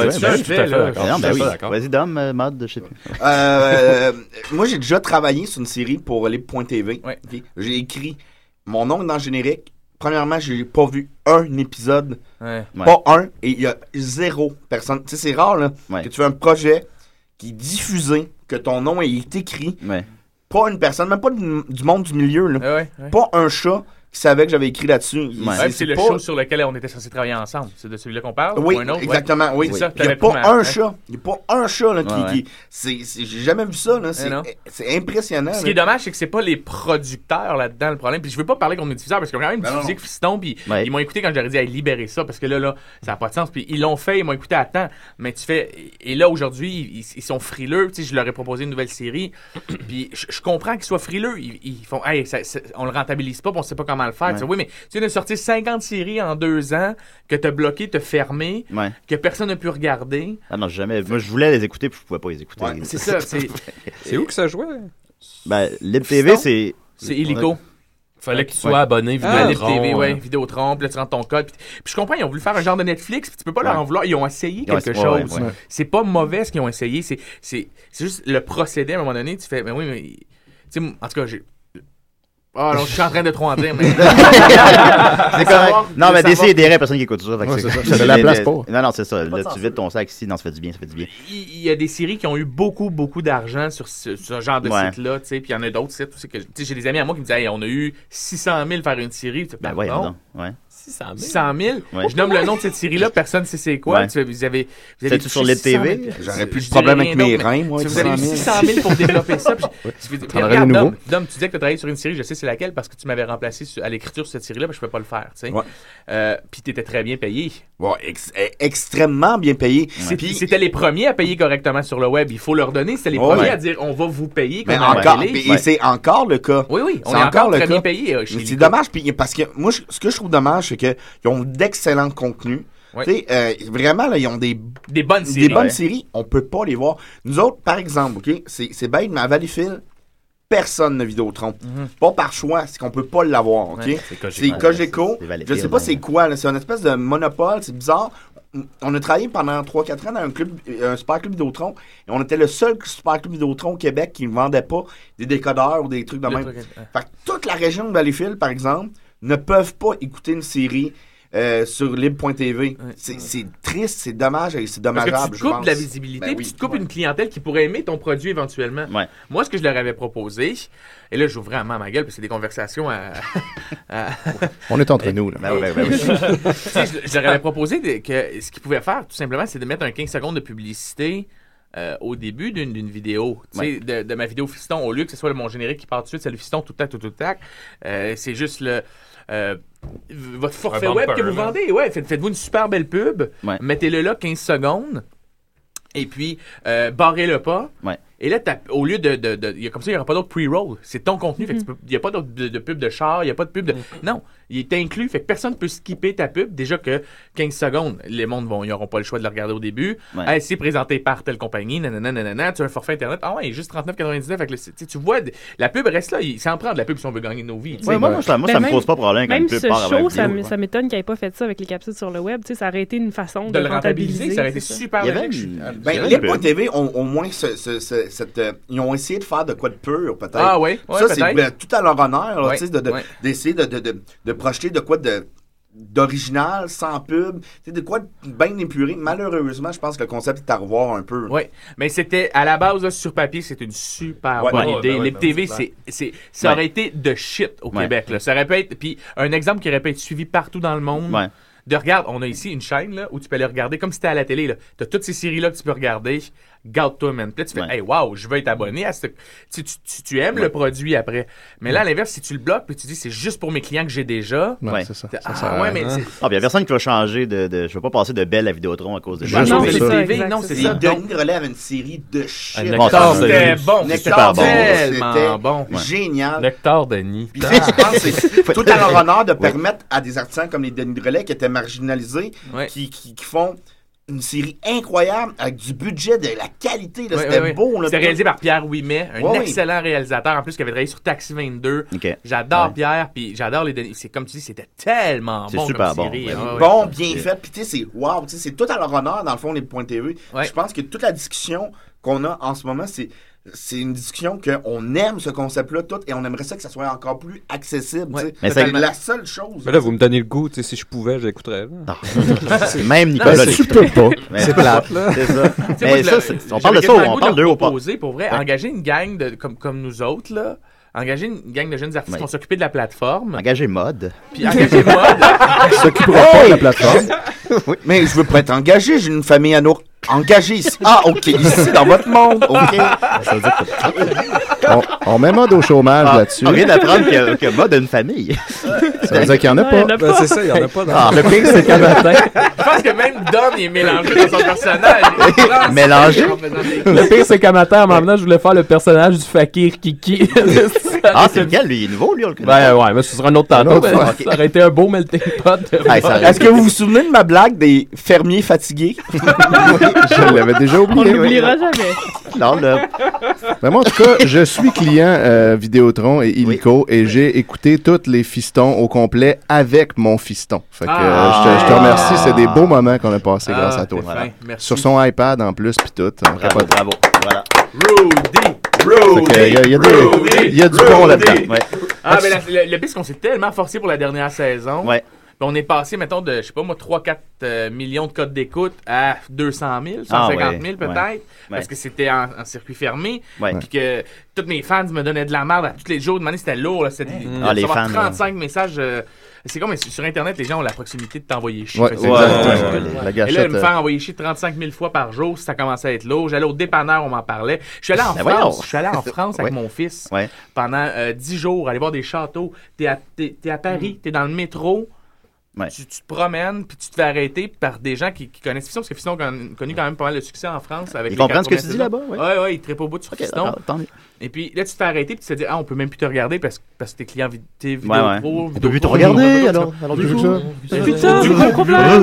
c'est Vas-y, Dom, mode, je sais plus. Moi, j'ai déjà travaillé sur une série pour Libre.tv. J'ai écrit mon nom dans le générique. Premièrement, j'ai pas vu un épisode. Pas un. Et il y a 0 personne. Tu sais, c'est rare, là, que tu fais un projet qui est diffusé, que ton nom est écrit. Pas une personne, même pas du monde du milieu, là. Pas un chat qui savait que j'avais écrit là-dessus. C'est le show sur lequel on était censé travailler ensemble. C'est de celui-là qu'on parle? Oui, ou un autre? exactement. Oui. Ça, il n'y a pas un chat. Il n'y a pas un chat là, qui j'ai jamais vu ça. Là. C'est impressionnant. Ce qui est dommage, c'est que c'est pas les producteurs là-dedans le problème. Puis je veux pas parler contre les diffuseurs parce qu'ils ont quand même diffusé Fiston. Puis ils m'ont écouté quand j'aurais dit libérer ça parce que là, ça n'a pas de sens. Puis ils l'ont fait, ils m'ont écouté à temps. Mais tu fais. Et là, aujourd'hui, ils sont frileux. Tu sais, je leur ai proposé une nouvelle série. Puis je comprends qu'ils soient frileux. Ils font, hey, on le rentabilise pas, puis on sait pas comment le faire. Tu sais, oui, mais tu viens de sortir 50 séries en 2 ans que t'as bloqué, t'as fermé, que personne n'a pu regarder. Ah non, jamais. Moi, je voulais les écouter, puis je pouvais pas les écouter. C'est ça. C'est où que ça jouait? Ben, Libre.tv, c'est illico. Fallait que tu sois abonné Vidéotron. Vidéotron, puis là, tu rentres ton code. Puis je comprends, ils ont voulu faire un genre de Netflix, puis tu peux pas leur en vouloir. Ils ont essayé quelque chose. C'est pas mauvais ce qu'ils ont essayé. C'est juste le procédé, à un moment donné, tu fais, mais oui, mais. Tu sais, en tout cas, Ah non, je suis en train de trop en dire, mais. C'est correct. Non, mais DC et des personne qui écoute ça. C'est de la place pour. Non, c'est ça. Là, tu vides ton sac ici. Non, ça fait du bien, Il y a des séries qui ont eu beaucoup d'argent sur ce genre de site-là, tu sais. Puis il y en a d'autres sites aussi. Tu sais, j'ai des amis à moi qui me disaient, hey, on a eu 600 000 faire une série. Ben ouais, non. 600 000. Je nomme le nom de cette série-là, personne ne sait c'est quoi. Vous avez tout sur Libre TV. J'aurais plus de problème avec mes reins, moi. Vous avez 600 000 pour développer ça. Regarde, Dom, tu disais que tu as travaillé sur une série, je sais c'est laquelle, parce que tu m'avais remplacé à l'écriture sur cette série-là, je ne pouvais pas le faire. Puis tu étais très bien payé. Extrêmement bien payé. C'était les premiers à payer correctement sur le web. Il faut leur donner. C'était les premiers à dire on va vous payer. Mais encore, et c'est encore le cas. Oui, on est encore très bien payé. C'est dommage, parce que moi, ce que je trouve dommage, c'est qu'ils ont d'excellents contenus. Vraiment, là, ils ont des bonnes séries. Des bonnes séries, on peut pas les voir. Nous autres, par exemple, c'est bête, mais à Valleyfield, personne n'a Vidéotron. Pas par choix, c'est qu'on peut pas l'avoir. C'est Cogeco. Je sais pas c'est quoi, c'est une espèce de monopole, c'est bizarre. On a travaillé pendant 3-4 ans dans un super club Vidéotron et on était le seul super club Vidéotron au Québec qui ne vendait pas des décodeurs ou des trucs de même. Fait que toute la région de Valleyfield, par exemple, ne peuvent pas écouter une série sur Libre.tv. C'est triste, c'est dommage et c'est dommageable. Parce que tu te coupes de la visibilité, puis tu te coupes une clientèle qui pourrait aimer ton produit éventuellement. Moi, ce que je leur avais proposé, et là, j'ouvre vraiment ma gueule, parce que c'est des conversations On est entre nous, là. Je leur avais proposé que ce qu'ils pouvaient faire, tout simplement, c'est de mettre un 15 secondes de publicité au début d'une vidéo, de ma vidéo Fiston, au lieu que ce soit mon générique qui part tout de suite, c'est le Fiston, tout tac. C'est juste votre forfait web que vous vendez. Faites-vous une super belle pub, mettez-le là 15 secondes, et puis barrez-le pas. Et là, au lieu comme ça, il n'y aura pas d'autre pre-roll. C'est ton contenu. Il n'y a pas d'autre de pub de char, il n'y a pas de pub de. Non, il est inclus. Fait que personne ne peut skipper ta pub. Déjà que 15 secondes, les mondes ils n'auront pas le choix de le regarder au début. Hey, c'est présenté par telle compagnie, nanana, tu as un forfait Internet. Ah ouais, il est juste 39,99. Fait que tu vois, la pub reste là. Ça en prend de la pub si on veut gagner nos vies. Moi, ça me pose pas de problème quand une pub part avec show, ça m'étonne qu'il n'ait pas fait ça avec les capsules sur le web. Ça aurait été une façon de le rentabiliser. Ça aurait été super logique. Libre.tv ont au moins ils ont essayé de faire de quoi de pur, peut-être. Ah oui, ça, c'est tout à leur honneur, là, d'essayer de projeter de quoi d'original, sans pub, de quoi bien épuré. Malheureusement, je pense que le concept est à revoir un peu. Oui, mais c'était, à la base, là, sur papier, c'est une super bonne idée. Lib TV, ça aurait été de shit au Québec. Là. Ça aurait pu être, puis un exemple qui aurait pu être suivi partout dans le monde. Ouais. Regarde, on a ici une chaîne là, où tu peux aller regarder comme si c'était à la télé. Tu as toutes ces séries-là que tu peux regarder. Garde-toi, man. Puis là, tu fais, hey, wow, je veux être abonné à ce. Tu aimes le produit après. Mais là, à l'inverse, si tu le bloques, puis tu dis, c'est juste pour mes clients que j'ai déjà. Ouais, c'est ça. Mais il y a personne qui va changer de. Je veux pas passer de Belle à Vidéotron à cause de ça. Non, c'est ça. Non, c'est ça. Denis Drolet avait une série de shit. C'était bon. Nectar, tellement bon. Génial. Nectar, Denis. Puis je pense que c'est tout à leur honneur de permettre à des artisans comme les Denis Drolet qui étaient marginalisés, qui font une série incroyable avec du budget, de la qualité. C'était beau. C'était réalisé par Pierre Ouimet, un excellent réalisateur en plus qui avait travaillé sur Taxi 22. J'adore Pierre, puis j'adore les Denis. C'est comme tu dis, c'était tellement bon. C'est super comme bon. Série. Bon, bien fait. Puis tu sais, c'est wow. C'est tout à leur honneur dans le fond les points TV. Je pense que toute la discussion qu'on a en ce moment, c'est une discussion qu'on aime ce concept-là tout et on aimerait ça que ça soit encore plus accessible. Mais c'est la seule chose. Mais là, vous me donnez le goût. Si je pouvais, j'écouterais. Même Nicolas, tu peux pas. C'est plate, là. C'est ça. Mais ça, on parle de ça ou on parle d'eux au pas. Pour vrai, engager une gang comme nous autres, là. Engager une gang de jeunes artistes qui vont s'occuper de la plateforme. Engager Mode. Puis engager Mode. Qui s'occupera pas de la plateforme. Oui, mais je veux pas être engagé. J'ai une famille à nourrir. Engagé ici. Ah, OK. Ici, dans votre monde. OK. Ça veut dire que... on met Mode au chômage là-dessus. On vient d'apprendre que Mode a une famille. Ça veut dire qu'il n'y en a pas. C'est ça, il n'y en a pas. Le pire, c'est qu'à matin. Je pense que même Dom, il est mélangé dans son personnage. Mélangé? Le pire, c'est qu'à matin, en maintenant, je voulais faire le personnage du fakir Kiki. C'est lequel? Lui, il est nouveau, lui, on le connaît. Ouais, mais ce sera un autre temps. Ça aurait été un beau melting pot. Est-ce que vous vous souvenez de ma blague des fermiers fatigués? Je l'avais déjà oublié. On l'oubliera jamais. Non, là. Mais moi, en tout cas, je suis client Vidéotron et Illico et j'ai écouté tous les fistons au complet avec mon fiston. Fait que je te remercie. C'est des beaux moments qu'on a passés grâce à toi. Voilà. Sur son iPad en plus, puis tout. Bravo. Voilà. Il y a du bon là-dedans. Ouais. Mais le pire, c'est qu'on s'est tellement forcé pour la dernière saison. Ouais. On est passé, mettons, de, je sais pas moi, 3-4 millions de codes d'écoute à 200 000, 150 000 peut-être, parce que c'était en circuit fermé. Puis que tous mes fans me donnaient de la merde à tous les jours. C'était lourd. Là, les fans. 35 messages. C'est comme sur Internet, les gens ont la proximité de t'envoyer chier. Et là, me faire envoyer chier 35 000 fois par jour, ça commençait à être lourd. J'allais au dépanneur, on m'en parlait. Je suis allé en France. Je suis allé en France avec mon fils pendant 10 jours, aller voir des châteaux. T'es à Paris, t'es dans le métro. Tu te promènes, puis tu te fais arrêter par des gens qui connaissent Fiston, parce que Fiston a connu quand même pas mal de succès en France. Avec ils comprennent ce que tu dis là-bas? Oui, ils trippent au bout de Fiston. Et puis là, tu te fais arrêter, puis tu te dis, on peut même plus te regarder parce que t'es client vidéo pro. On peut plus te regarder, alors tu veux ça? Putain, c'est mon problème!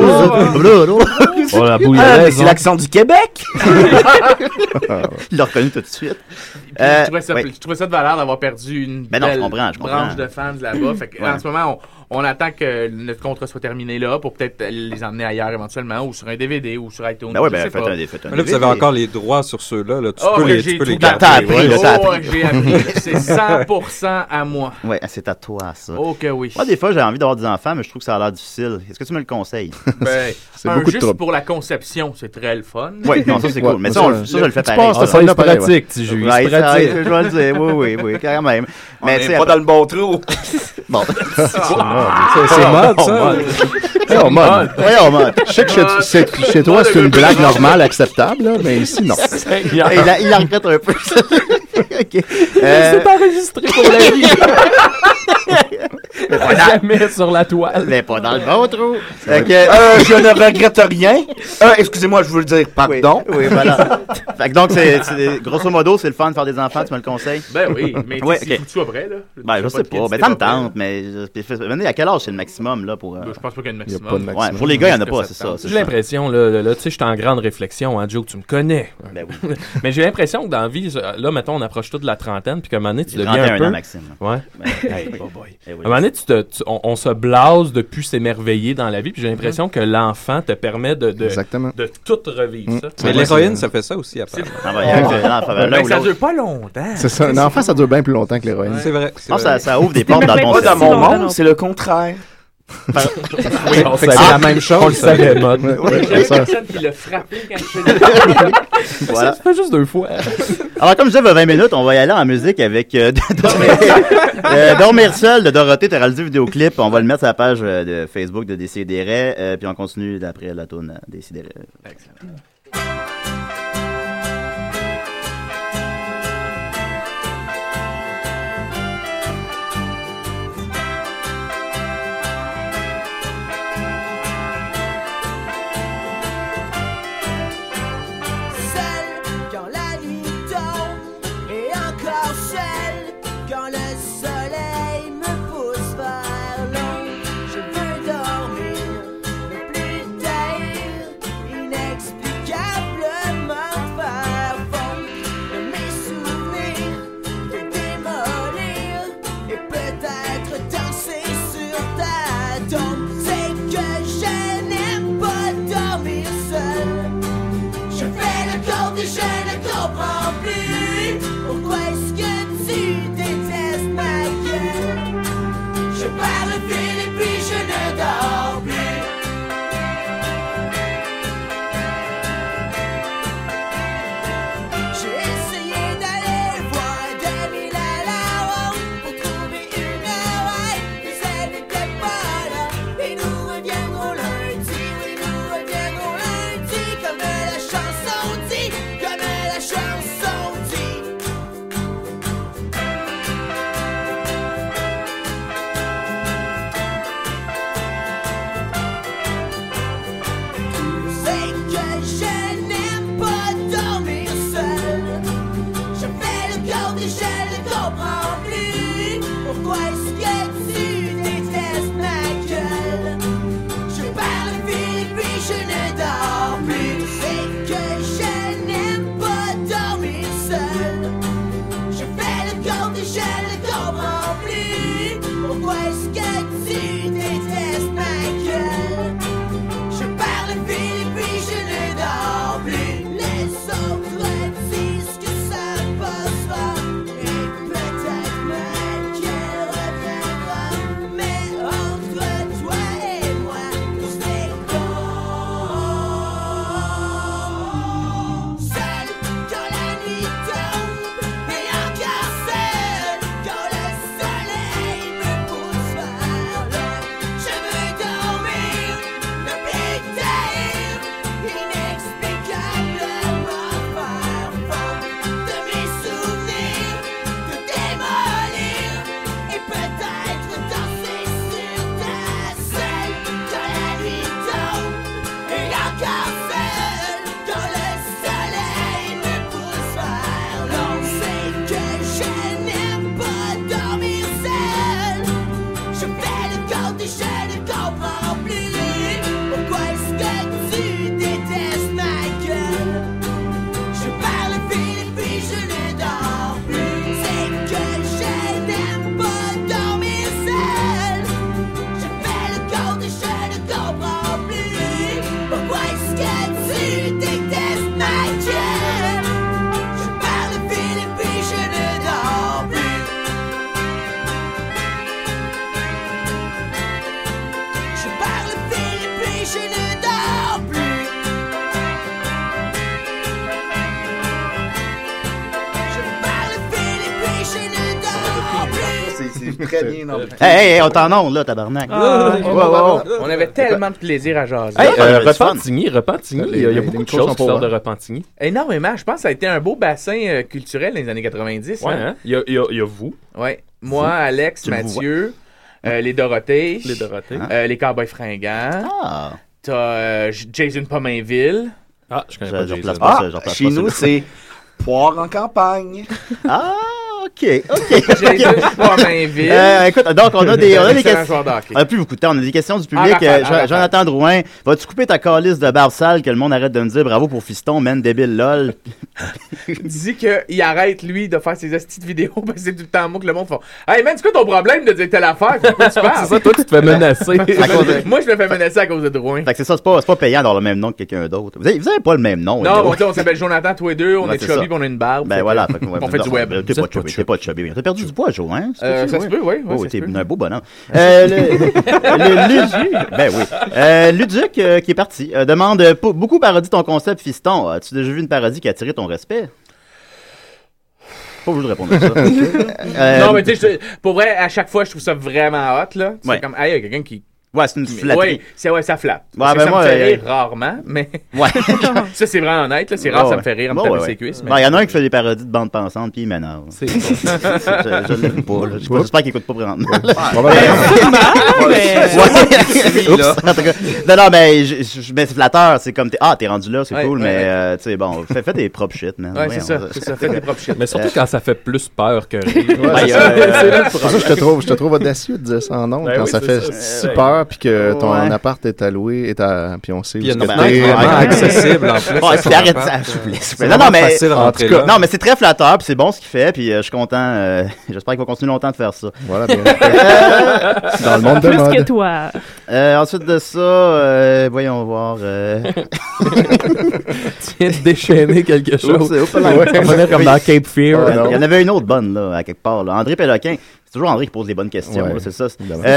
C'est l'accent du Québec! Il l'a reconnu tout de suite. Je trouvais ça de valeur d'avoir perdu une belle branche de fans là-bas. En ce moment, on attend que notre contrat soit terminé là pour peut-être les emmener ailleurs éventuellement ou sur un DVD ou sur iTunes. Faites un DVD. Mais là, vous avez encore les droits sur ceux-là. Là. Tu peux les garder. J'ai appris. C'est 100% à moi. Oui, c'est à toi, ça. Ok, oui. Moi, des fois, j'ai envie d'avoir des enfants, mais je trouve que ça a l'air difficile. Est-ce que tu me le conseilles? Juste pour la conception, c'est très le fun. Oui, non, ça, c'est cool. Mais ça, je le fais pareil. C'est pratique, tu joues. C'est pratique. Je dois le dire. Oui, quand même. Mais c'est pas dans le bon trou. Bon. C'est mode, ça. Mode. Je sais que chez toi, c'est une blague normale, acceptable, mais ici, non. Il en regrette un peu. C'est enregistré pour la vie. Jamais sur la toile. Mais pas dans le bon trou. Je ne regrette rien. Excusez-moi, je veux le dire. Pardon. Oui, voilà. Donc, grosso modo, c'est le fun de faire des enfants, tu me le conseilles? Ben oui, mais c'est foutu après, là. Ben, je sais pas. Ben, ça me tente, mais à quel âge c'est le maximum, là, pour... Je pense pas qu'il y a de maximum. Pour les gars, il n'y en a pas, c'est ça. J'ai l'impression, là, tu sais, je suis en grande réflexion, hein, Joe, tu me connais. Ben oui. Mais j'ai l'impression que dans la vie, là, mettons, on approche tout de la trentaine, puis qu'à un moment donné, tu deviens un peu... ans, Maxime. Ouais. À un moment donné, on se blase de plus s'émerveiller dans la vie, puis j'ai l'impression que l'enfant te permet de tout revivre ça. Mais l'héroïne, ça fait ça aussi après. Ça dure pas longtemps. C'est ça, un enfant, ça dure bien plus longtemps que l'héroïne. C'est vrai. Ça ouvre des portes dans ton Dans mon monde, c'est le contraire. Oui, c'est la même chose. On le savait, Mode. J'ai une personne qui l'a frappé quand je fais voilà. Ça se fait juste 2 fois. Alors, comme je disais, 20 minutes, on va y aller en musique avec Dormir seul de Dorothée. T'as réalisé le vidéoclip. On va le mettre sur la page de Facebook de Décideret. Puis on continue d'après la tourne Décideret. Excellent. Très bien. Hey, on t'en onde, là, tabarnak. On avait tellement de plaisir à jaser. Repentigny, il y a beaucoup de choses qui sortent de Repentigny. Énormément. Je pense que ça a été un beau bassin culturel dans les années 90. Ouais, hein? Il y a vous. Ouais. Moi, Alex, Mathieu, les Dorothées, les Cowboys fringants. T'as Jason Pomainville. Ah, je connais pas Jason. Chez nous, c'est Poire en campagne. Ah, OK. J'ai pas main vide. Écoute, donc, on a des questions. On a plus beaucoup de temps. On a des questions du public. Jonathan Drouin, vas-tu couper ta calice de barbe sale que le monde arrête de me dire bravo pour Fiston, man, débile, lol? Dis qu'il arrête, lui, de faire ses astuces de vidéos parce que c'est tout le temps moi que le monde fait Hey man, c'est quoi ton problème de dire telle affaire? C'est ça, toi, tu te fais menacer. Moi, je me fais menacer à cause de Drouin. Fait que c'est ça, c'est pas payant d'avoir le même nom que quelqu'un d'autre. Vous avez pas le même nom. Non, bon, on s'appelle Jonathan, tous les deux, on est chubby pis on a une barbe. Ben voilà. On fait du web. T'es pas chubby. T'as perdu du poids, Joe, hein? Ça se peut, oui. T'es un beau bonhomme. Ben oui. Luduc, qui est parti, demande beaucoup parodie ton concept, Fiston. As-tu déjà vu une parodie qui a attiré ton respect? Pas obligé de répondre à ça. Non, mais tu sais, pour vrai, à chaque fois, je trouve ça vraiment hot, là. C'est comme, hey, il y a quelqu'un qui. Ouais, c'est une flatterie. Ça flatte. Ouais, ça moi, me fait rire rarement, mais. Ouais. Ça, c'est vraiment honnête, là. C'est rare, ça me fait rire en me taper ses cuisses. Il y en a un qui fait des parodies de bande pensante, puis il m'énerve. Je l'aime pas, là. J'espère qu'il écoute pas présentement. Non, mais c'est flatteur. C'est comme, t'es rendu là, c'est cool, mais, tu sais, bon, fais des propres shit, man. Ouais, c'est ça. Fais des propres shit. Mais surtout quand ça fait plus peur que rire. C'est pour ça que je te trouve audacieux de dire ça en nom, quand ça fait si peur. Puis que ton appart est alloué, puis on sait où c'est vraiment accessible en plus. Arrête ça, s'il vous plaît. Non, mais c'est très flatteur, puis c'est bon ce qu'il fait, puis je suis content. J'espère qu'il va continuer longtemps de faire ça. Voilà, bien. Dans le monde de mode. Plus que toi. Ensuite de ça, voyons voir. Tu viens de déchaîner quelque chose. On va comme dans Cape Fear. Il y en avait une autre bonne, là, à quelque part. André Péloquin. C'est toujours André qui pose les bonnes questions, là, c'est ça.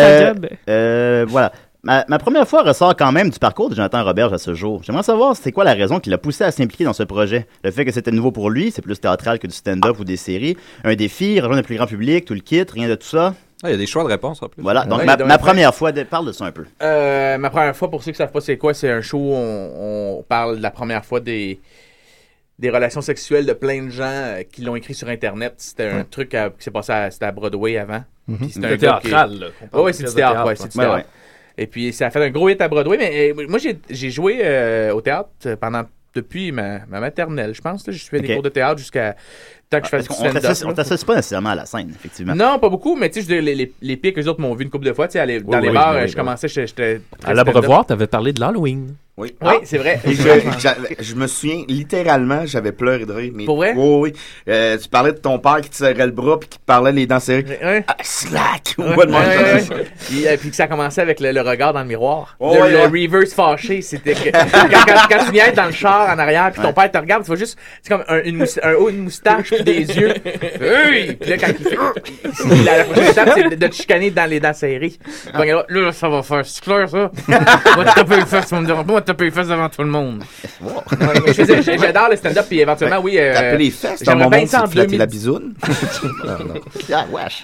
Voilà. Ma première fois ressort quand même du parcours de Jonathan Roberge à ce jour. J'aimerais savoir c'est quoi la raison qui l'a poussé à s'impliquer dans ce projet. Le fait que c'était nouveau pour lui, c'est plus théâtral que du stand-up ou des séries. Un défi, rejoindre le plus grand public, tout le kit, rien de tout ça. Il y a des choix de réponse en plus. Voilà, donc ma première fois, parle de ça un peu. Ma première fois, pour ceux qui ne savent pas c'est quoi, c'est un show où on parle de la première fois des relations sexuelles de plein de gens qui l'ont écrit sur Internet. C'était un truc qui s'est passé à Broadway avant. C'était théâtral, là. Oui, c'est du théâtre. Ouais, c'est du théâtre. Et puis, ça a fait un gros hit à Broadway. Mais moi, j'ai joué au théâtre depuis ma maternelle, je pense. Je fais des cours de théâtre jusqu'à tant que je fasse du stand-up. On t'associe pas nécessairement à la scène, effectivement. Non, pas beaucoup, mais tu sais, les pires que les autres m'ont vu une couple de fois. Dans les bars, je commençais, j'étais à l'Abreuvoir, t'avais parlé de l'Halloween. Oui, c'est vrai. Je me souviens, littéralement, j'avais pleuré de rire. Mais, pour vrai? Oui. Tu parlais de ton père qui te serrait le bras puis qui te parlait les dents serrées. Slack! Puis que ça commençait avec le regard dans le miroir. Le reverse fâché, c'était que quand tu viens être dans le char en arrière puis ton père te regarde, tu vois juste, c'est comme un haut, une moustache puis des yeux. Puis là, quand il fait... La prochaine étape, c'est de te chicaner dans les dents serrées. Là, ça va faire, c'est clair, ça? Moi, tu taper le fesses, tu vas me dire, moi, taper les fesses devant tout le monde. J'adore le stand-up, puis éventuellement, oui. Taper les fesses, dans mon monde, c'est flatter la bisoune. Ah, wesh.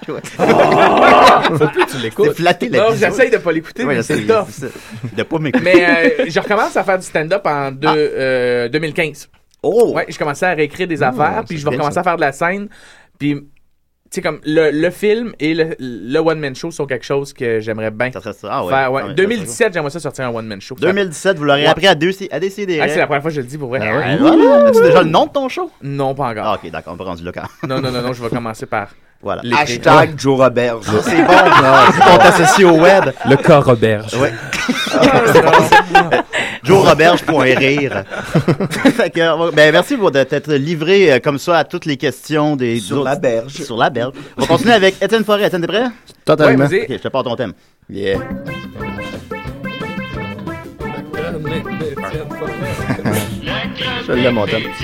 Faut plus que tu l'écoutes. C'est flatter la bisoune. Non, j'essaye de pas l'écouter, mais c'est tough. De pas m'écouter. Mais je recommence à faire du stand-up en 2015. Oh! Ouais, je commençais à réécrire des affaires, puis je vais recommencer à faire de la scène. Puis, tu sais, comme le film et le one-man show sont quelque chose que j'aimerais bien faire. Ouais. 2017, j'aimerais ça sortir un one-man show. 2017, vous l'aurez appris à décider. C'est la première fois que je le dis pour vrai. As-tu déjà le nom de ton show? Non, pas encore. Ah, ok, d'accord, on va rendu là quand. Non, je vais commencer par. Voilà. Hashtag Joe Roberge. C'est bon, on t'associe au web. Le cas Roberge. Ouais. JoeRoberge.rire. Merci de t'être livré comme ça à toutes les questions des sur la berge. Sur la berge. On va continuer avec Étienne Forêt. Étienne, t'es prêt? Totalement. Ok, je te parle ton thème. Yeah. Je l'aime, mon thème.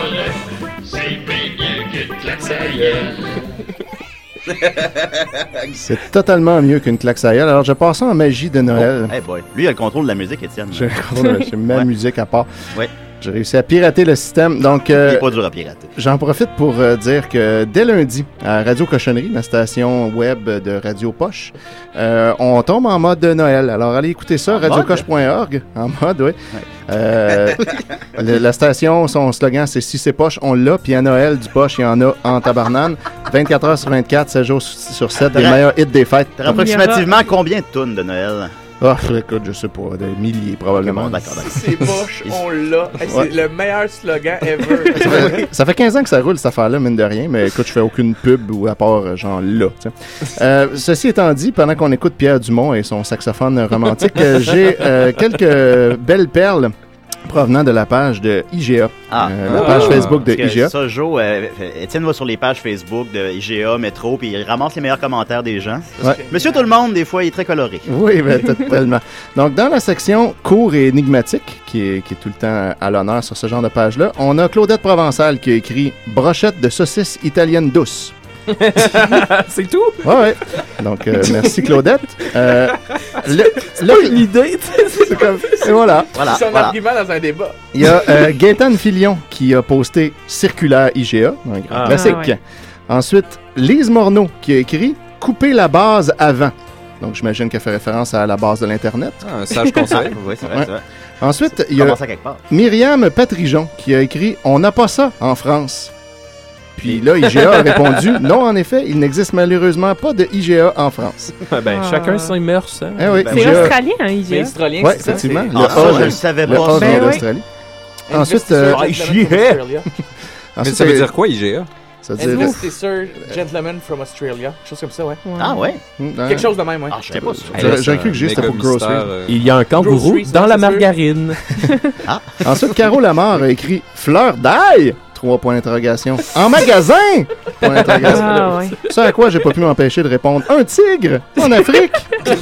C'est totalement mieux qu'une claque à gueule. Alors, je passe en magie de Noël. Hey boy. Lui, il a le contrôle de la musique, Étienne. J'ai ma musique à part. Ouais. J'ai réussi à pirater le système. Donc, il n'est pas dur à pirater. J'en profite pour dire que dès lundi, à Radio Cochonnerie, ma station web de Radio Poche, on tombe en mode de Noël. Alors, allez écouter ça, radiocoche.org. En mode, oui. Ouais. La station, son slogan, c'est « Si c'est poche, on l'a ». Puis à Noël, du poche, il y en a en tabarnane. 24 heures sur 24, 7 jours sur 7, des meilleurs hits des fêtes. T'as approximativement combien de tunes de Noël? Ah, écoute, je sais pas, des milliers probablement. D'accord. C'est moche, on l'a. C'est le meilleur slogan ever. Ça fait 15 ans que ça roule, cette affaire-là, mine de rien, mais écoute, je fais aucune pub ou à part, genre, là. Ceci étant dit, pendant qu'on écoute Pierre Dumont et son saxophone romantique, j'ai quelques belles perles provenant de la page de IGA. La page Facebook de IGA. Ça, Joe, Étienne va sur les pages Facebook de IGA, Métro, puis il ramasse les meilleurs commentaires des gens. Ouais. Monsieur Tout-le-Monde, des fois, il est très coloré. Oui, ben, tellement. Donc, dans la section court et énigmatique, qui est tout le temps à l'honneur sur ce genre de page-là, on a Claudette Provençal qui a écrit « Brochette de saucisse italienne douce ». C'est tout? Ouais. Donc, merci Claudette. C'est pas une idée, c'est comme... Et voilà. C'est son argument dans un débat. Il y a Gaëtan Filion qui a posté Circulaire IGA, un grand classique. Ouais. Ensuite, Lise Morneau qui a écrit Couper la base avant. Donc, j'imagine qu'elle fait référence à la base de l'Internet. Un sage conseil. Oui, c'est vrai. Ensuite, il y a Myriam Patrijon qui a écrit On n'a pas ça en France. Puis là, IGA a répondu non, en effet, il n'existe malheureusement pas de IGA en France. Chacun ses mœurs. Hein? Oui, c'est australien, hein, IGA. C'est australien, oui, effectivement. Je le savais pas. Le A vient d'Australie. Ensuite, IGA. Mais ça veut dire quoi, IGA? Ça veut dire... Investisseur Gentleman from Australia. Quelque chose comme ça, ouais. Ah ouais? Quelque chose de même, ouais. Je sais pas. J'ai cru que c'était pour Grocery. Il y a un kangourou dans la margarine. Ensuite, Caro Lamar a écrit Fleur d'ail. 3 points d'interrogation. En magasin! Point d'interrogation. Ah, ouais. Ça à quoi j'ai pas pu m'empêcher de répondre un tigre en Afrique.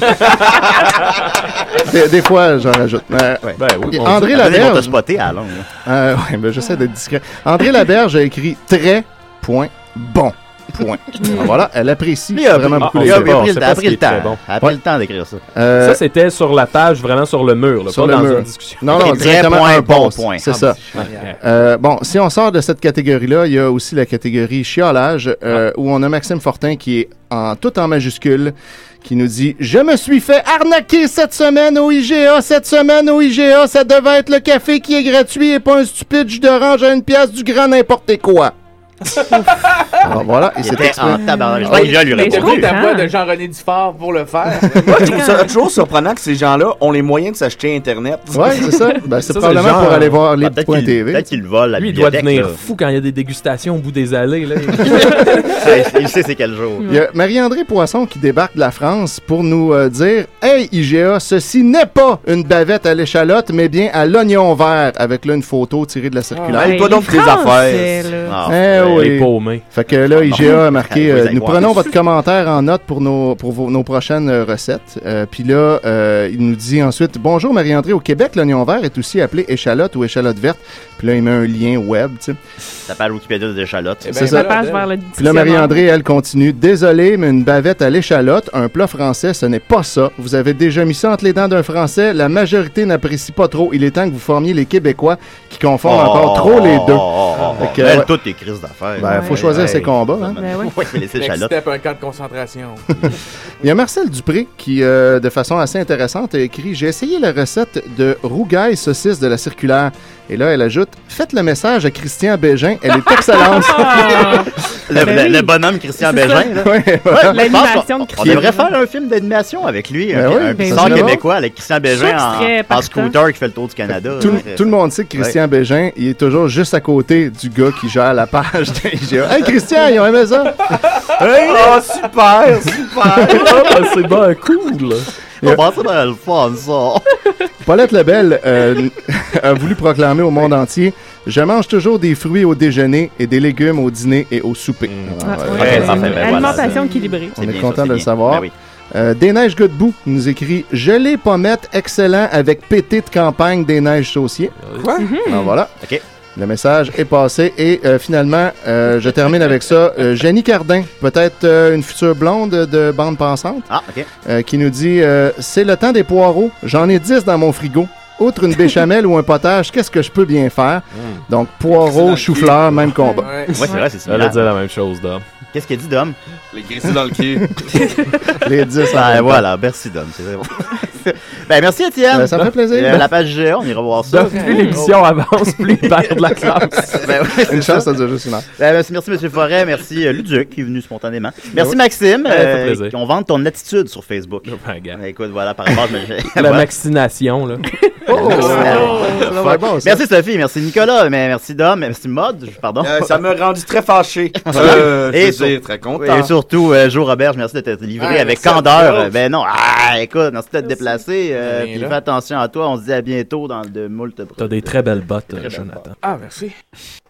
des fois, j'en rajoute. Oui, André Laberge. On spoté à Londres. Oui, mais j'essaie d'être discret. André Laberge a écrit très point bon. Point. Voilà, elle apprécie vraiment beaucoup les gars. Elle a pris le temps. Elle a pris le temps d'écrire ça. Ça, c'était sur la page, vraiment sur le mur, là, sur pas le dans mur. une discussion. Non, directement un bon point. C'est ça. Ouais. Bon, si on sort de cette catégorie-là, il y a aussi la catégorie chiolage, où on a Maxime Fortin qui est tout en majuscule, qui nous dit « Je me suis fait arnaquer cette semaine au IGA. Cette semaine au IGA, ça devait être le café qui est gratuit et pas un stupide jus d'orange à 1 pièce du grand n'importe quoi. » Alors voilà, il s'était en tabarnak. Il lui répond ta voix de Jean-René Dufort pour le faire. Moi, je trouve ça toujours surprenant que ces gens-là ont les moyens de s'acheter Internet. Ouais, c'est ça. C'est probablement pour aller voir Libre.tv. Peut-être qu'il vole la bibliothèque. Lui, il doit devenir fou quand il y a des dégustations au bout des allées. Là. Il sait c'est quel jour. Il y a Marie-André Poisson qui débarque de la France pour nous dire « Hey IGA, ceci n'est pas une bavette à l'échalote, mais bien à l'oignon vert. » Avec là une photo tirée de la circulaire. Toi donc tes affaires. Oui. Fait que là, IGA a marqué nous prenons votre commentaire en note pour nos prochaines recettes. Puis là, il nous dit ensuite bonjour Marie-André, au Québec, l'oignon vert est aussi appelé échalote ou échalote verte. Puis là, il met un lien web, tu sais. Ça parle Wikipédia des échalotes. C'est ça. Puis là, Marie-André, elle continue. Désolé, mais une bavette à l'échalote, un plat français, ce n'est pas ça. Vous avez déjà mis ça entre les dents d'un Français. La majorité n'apprécie pas trop. Il est temps que vous formiez les Québécois qui confondent encore trop les deux. Elle toutes les crises d'affaires. Ben, faut choisir ses combats. Hein? Oui, mais les échalotes. C'était un camp de concentration. Il y a Marcel Dupré qui, de façon assez intéressante, a écrit « J'ai essayé la recette de rougaille saucisse de la circulaire. » Et là, elle ajoute « Faites le message à Christian Bégin, elle est excellente. » Le bonhomme Christian Bégin. L'animation de Christian. On devrait faire un film d'animation avec lui. Un bizarre québécois avec Christian Bégin en scooter qui fait le tour du Canada. Tout le monde sait que Christian Bégin, il est toujours juste à côté du gars qui gère la page d'IGA. Hey Christian, ils ont aimé ça. Oh, super. C'est bien cool. On pensait dans le fun, ça. Paulette Lebel a voulu proclamer au monde entier « Je mange toujours des fruits au déjeuner et des légumes au dîner et au souper. » Alimentation équilibrée. On est content de le savoir. Des Neiges Godbout nous écrit « Gelée pommette excellent avec pété de campagne des Neiges Saucier. » Alors voilà. OK. Le message est passé et finalement, je termine avec ça. Jenny Cardin, peut-être une future blonde de bande pensante, qui nous dit c'est le temps des poireaux. J'en ai 10 dans mon frigo. Outre une béchamel ou un potage, qu'est-ce que je peux bien faire? Donc, poireaux, chou-fleur, même combat. Ouais, c'est vrai, c'est ça. Elle a dit la même chose, Dom. Qu'est-ce qu'il a dit, Dom? Les grissés dans le cul. Les 10. Voilà, merci, Dom. C'est vrai. Ben, merci, Étienne. Ça me fait plaisir. La page GA, on ira voir ça. Plus l'émission avance, plus il perd de la classe. Une chance, ça dure juste une heure. Merci, M. Forêt. Merci, Luduc, qui est venu spontanément. Merci, Maxime. On vante ton attitude sur Facebook. Écoute, voilà, par rapport à la vaccination, là. Merci, Sophie. Merci, Nicolas. Merci, Dom. Merci, Maud. Pardon. Ça m'a rendu très fâché. Et très content. Et surtout, Jo Robert, merci de t'être livré avec candeur. Ben non, écoute, merci de t'être déplacé. Puis fais attention à toi. On se dit à bientôt dans de moult. T'as des très belles bottes, Jonathan. Ah, merci.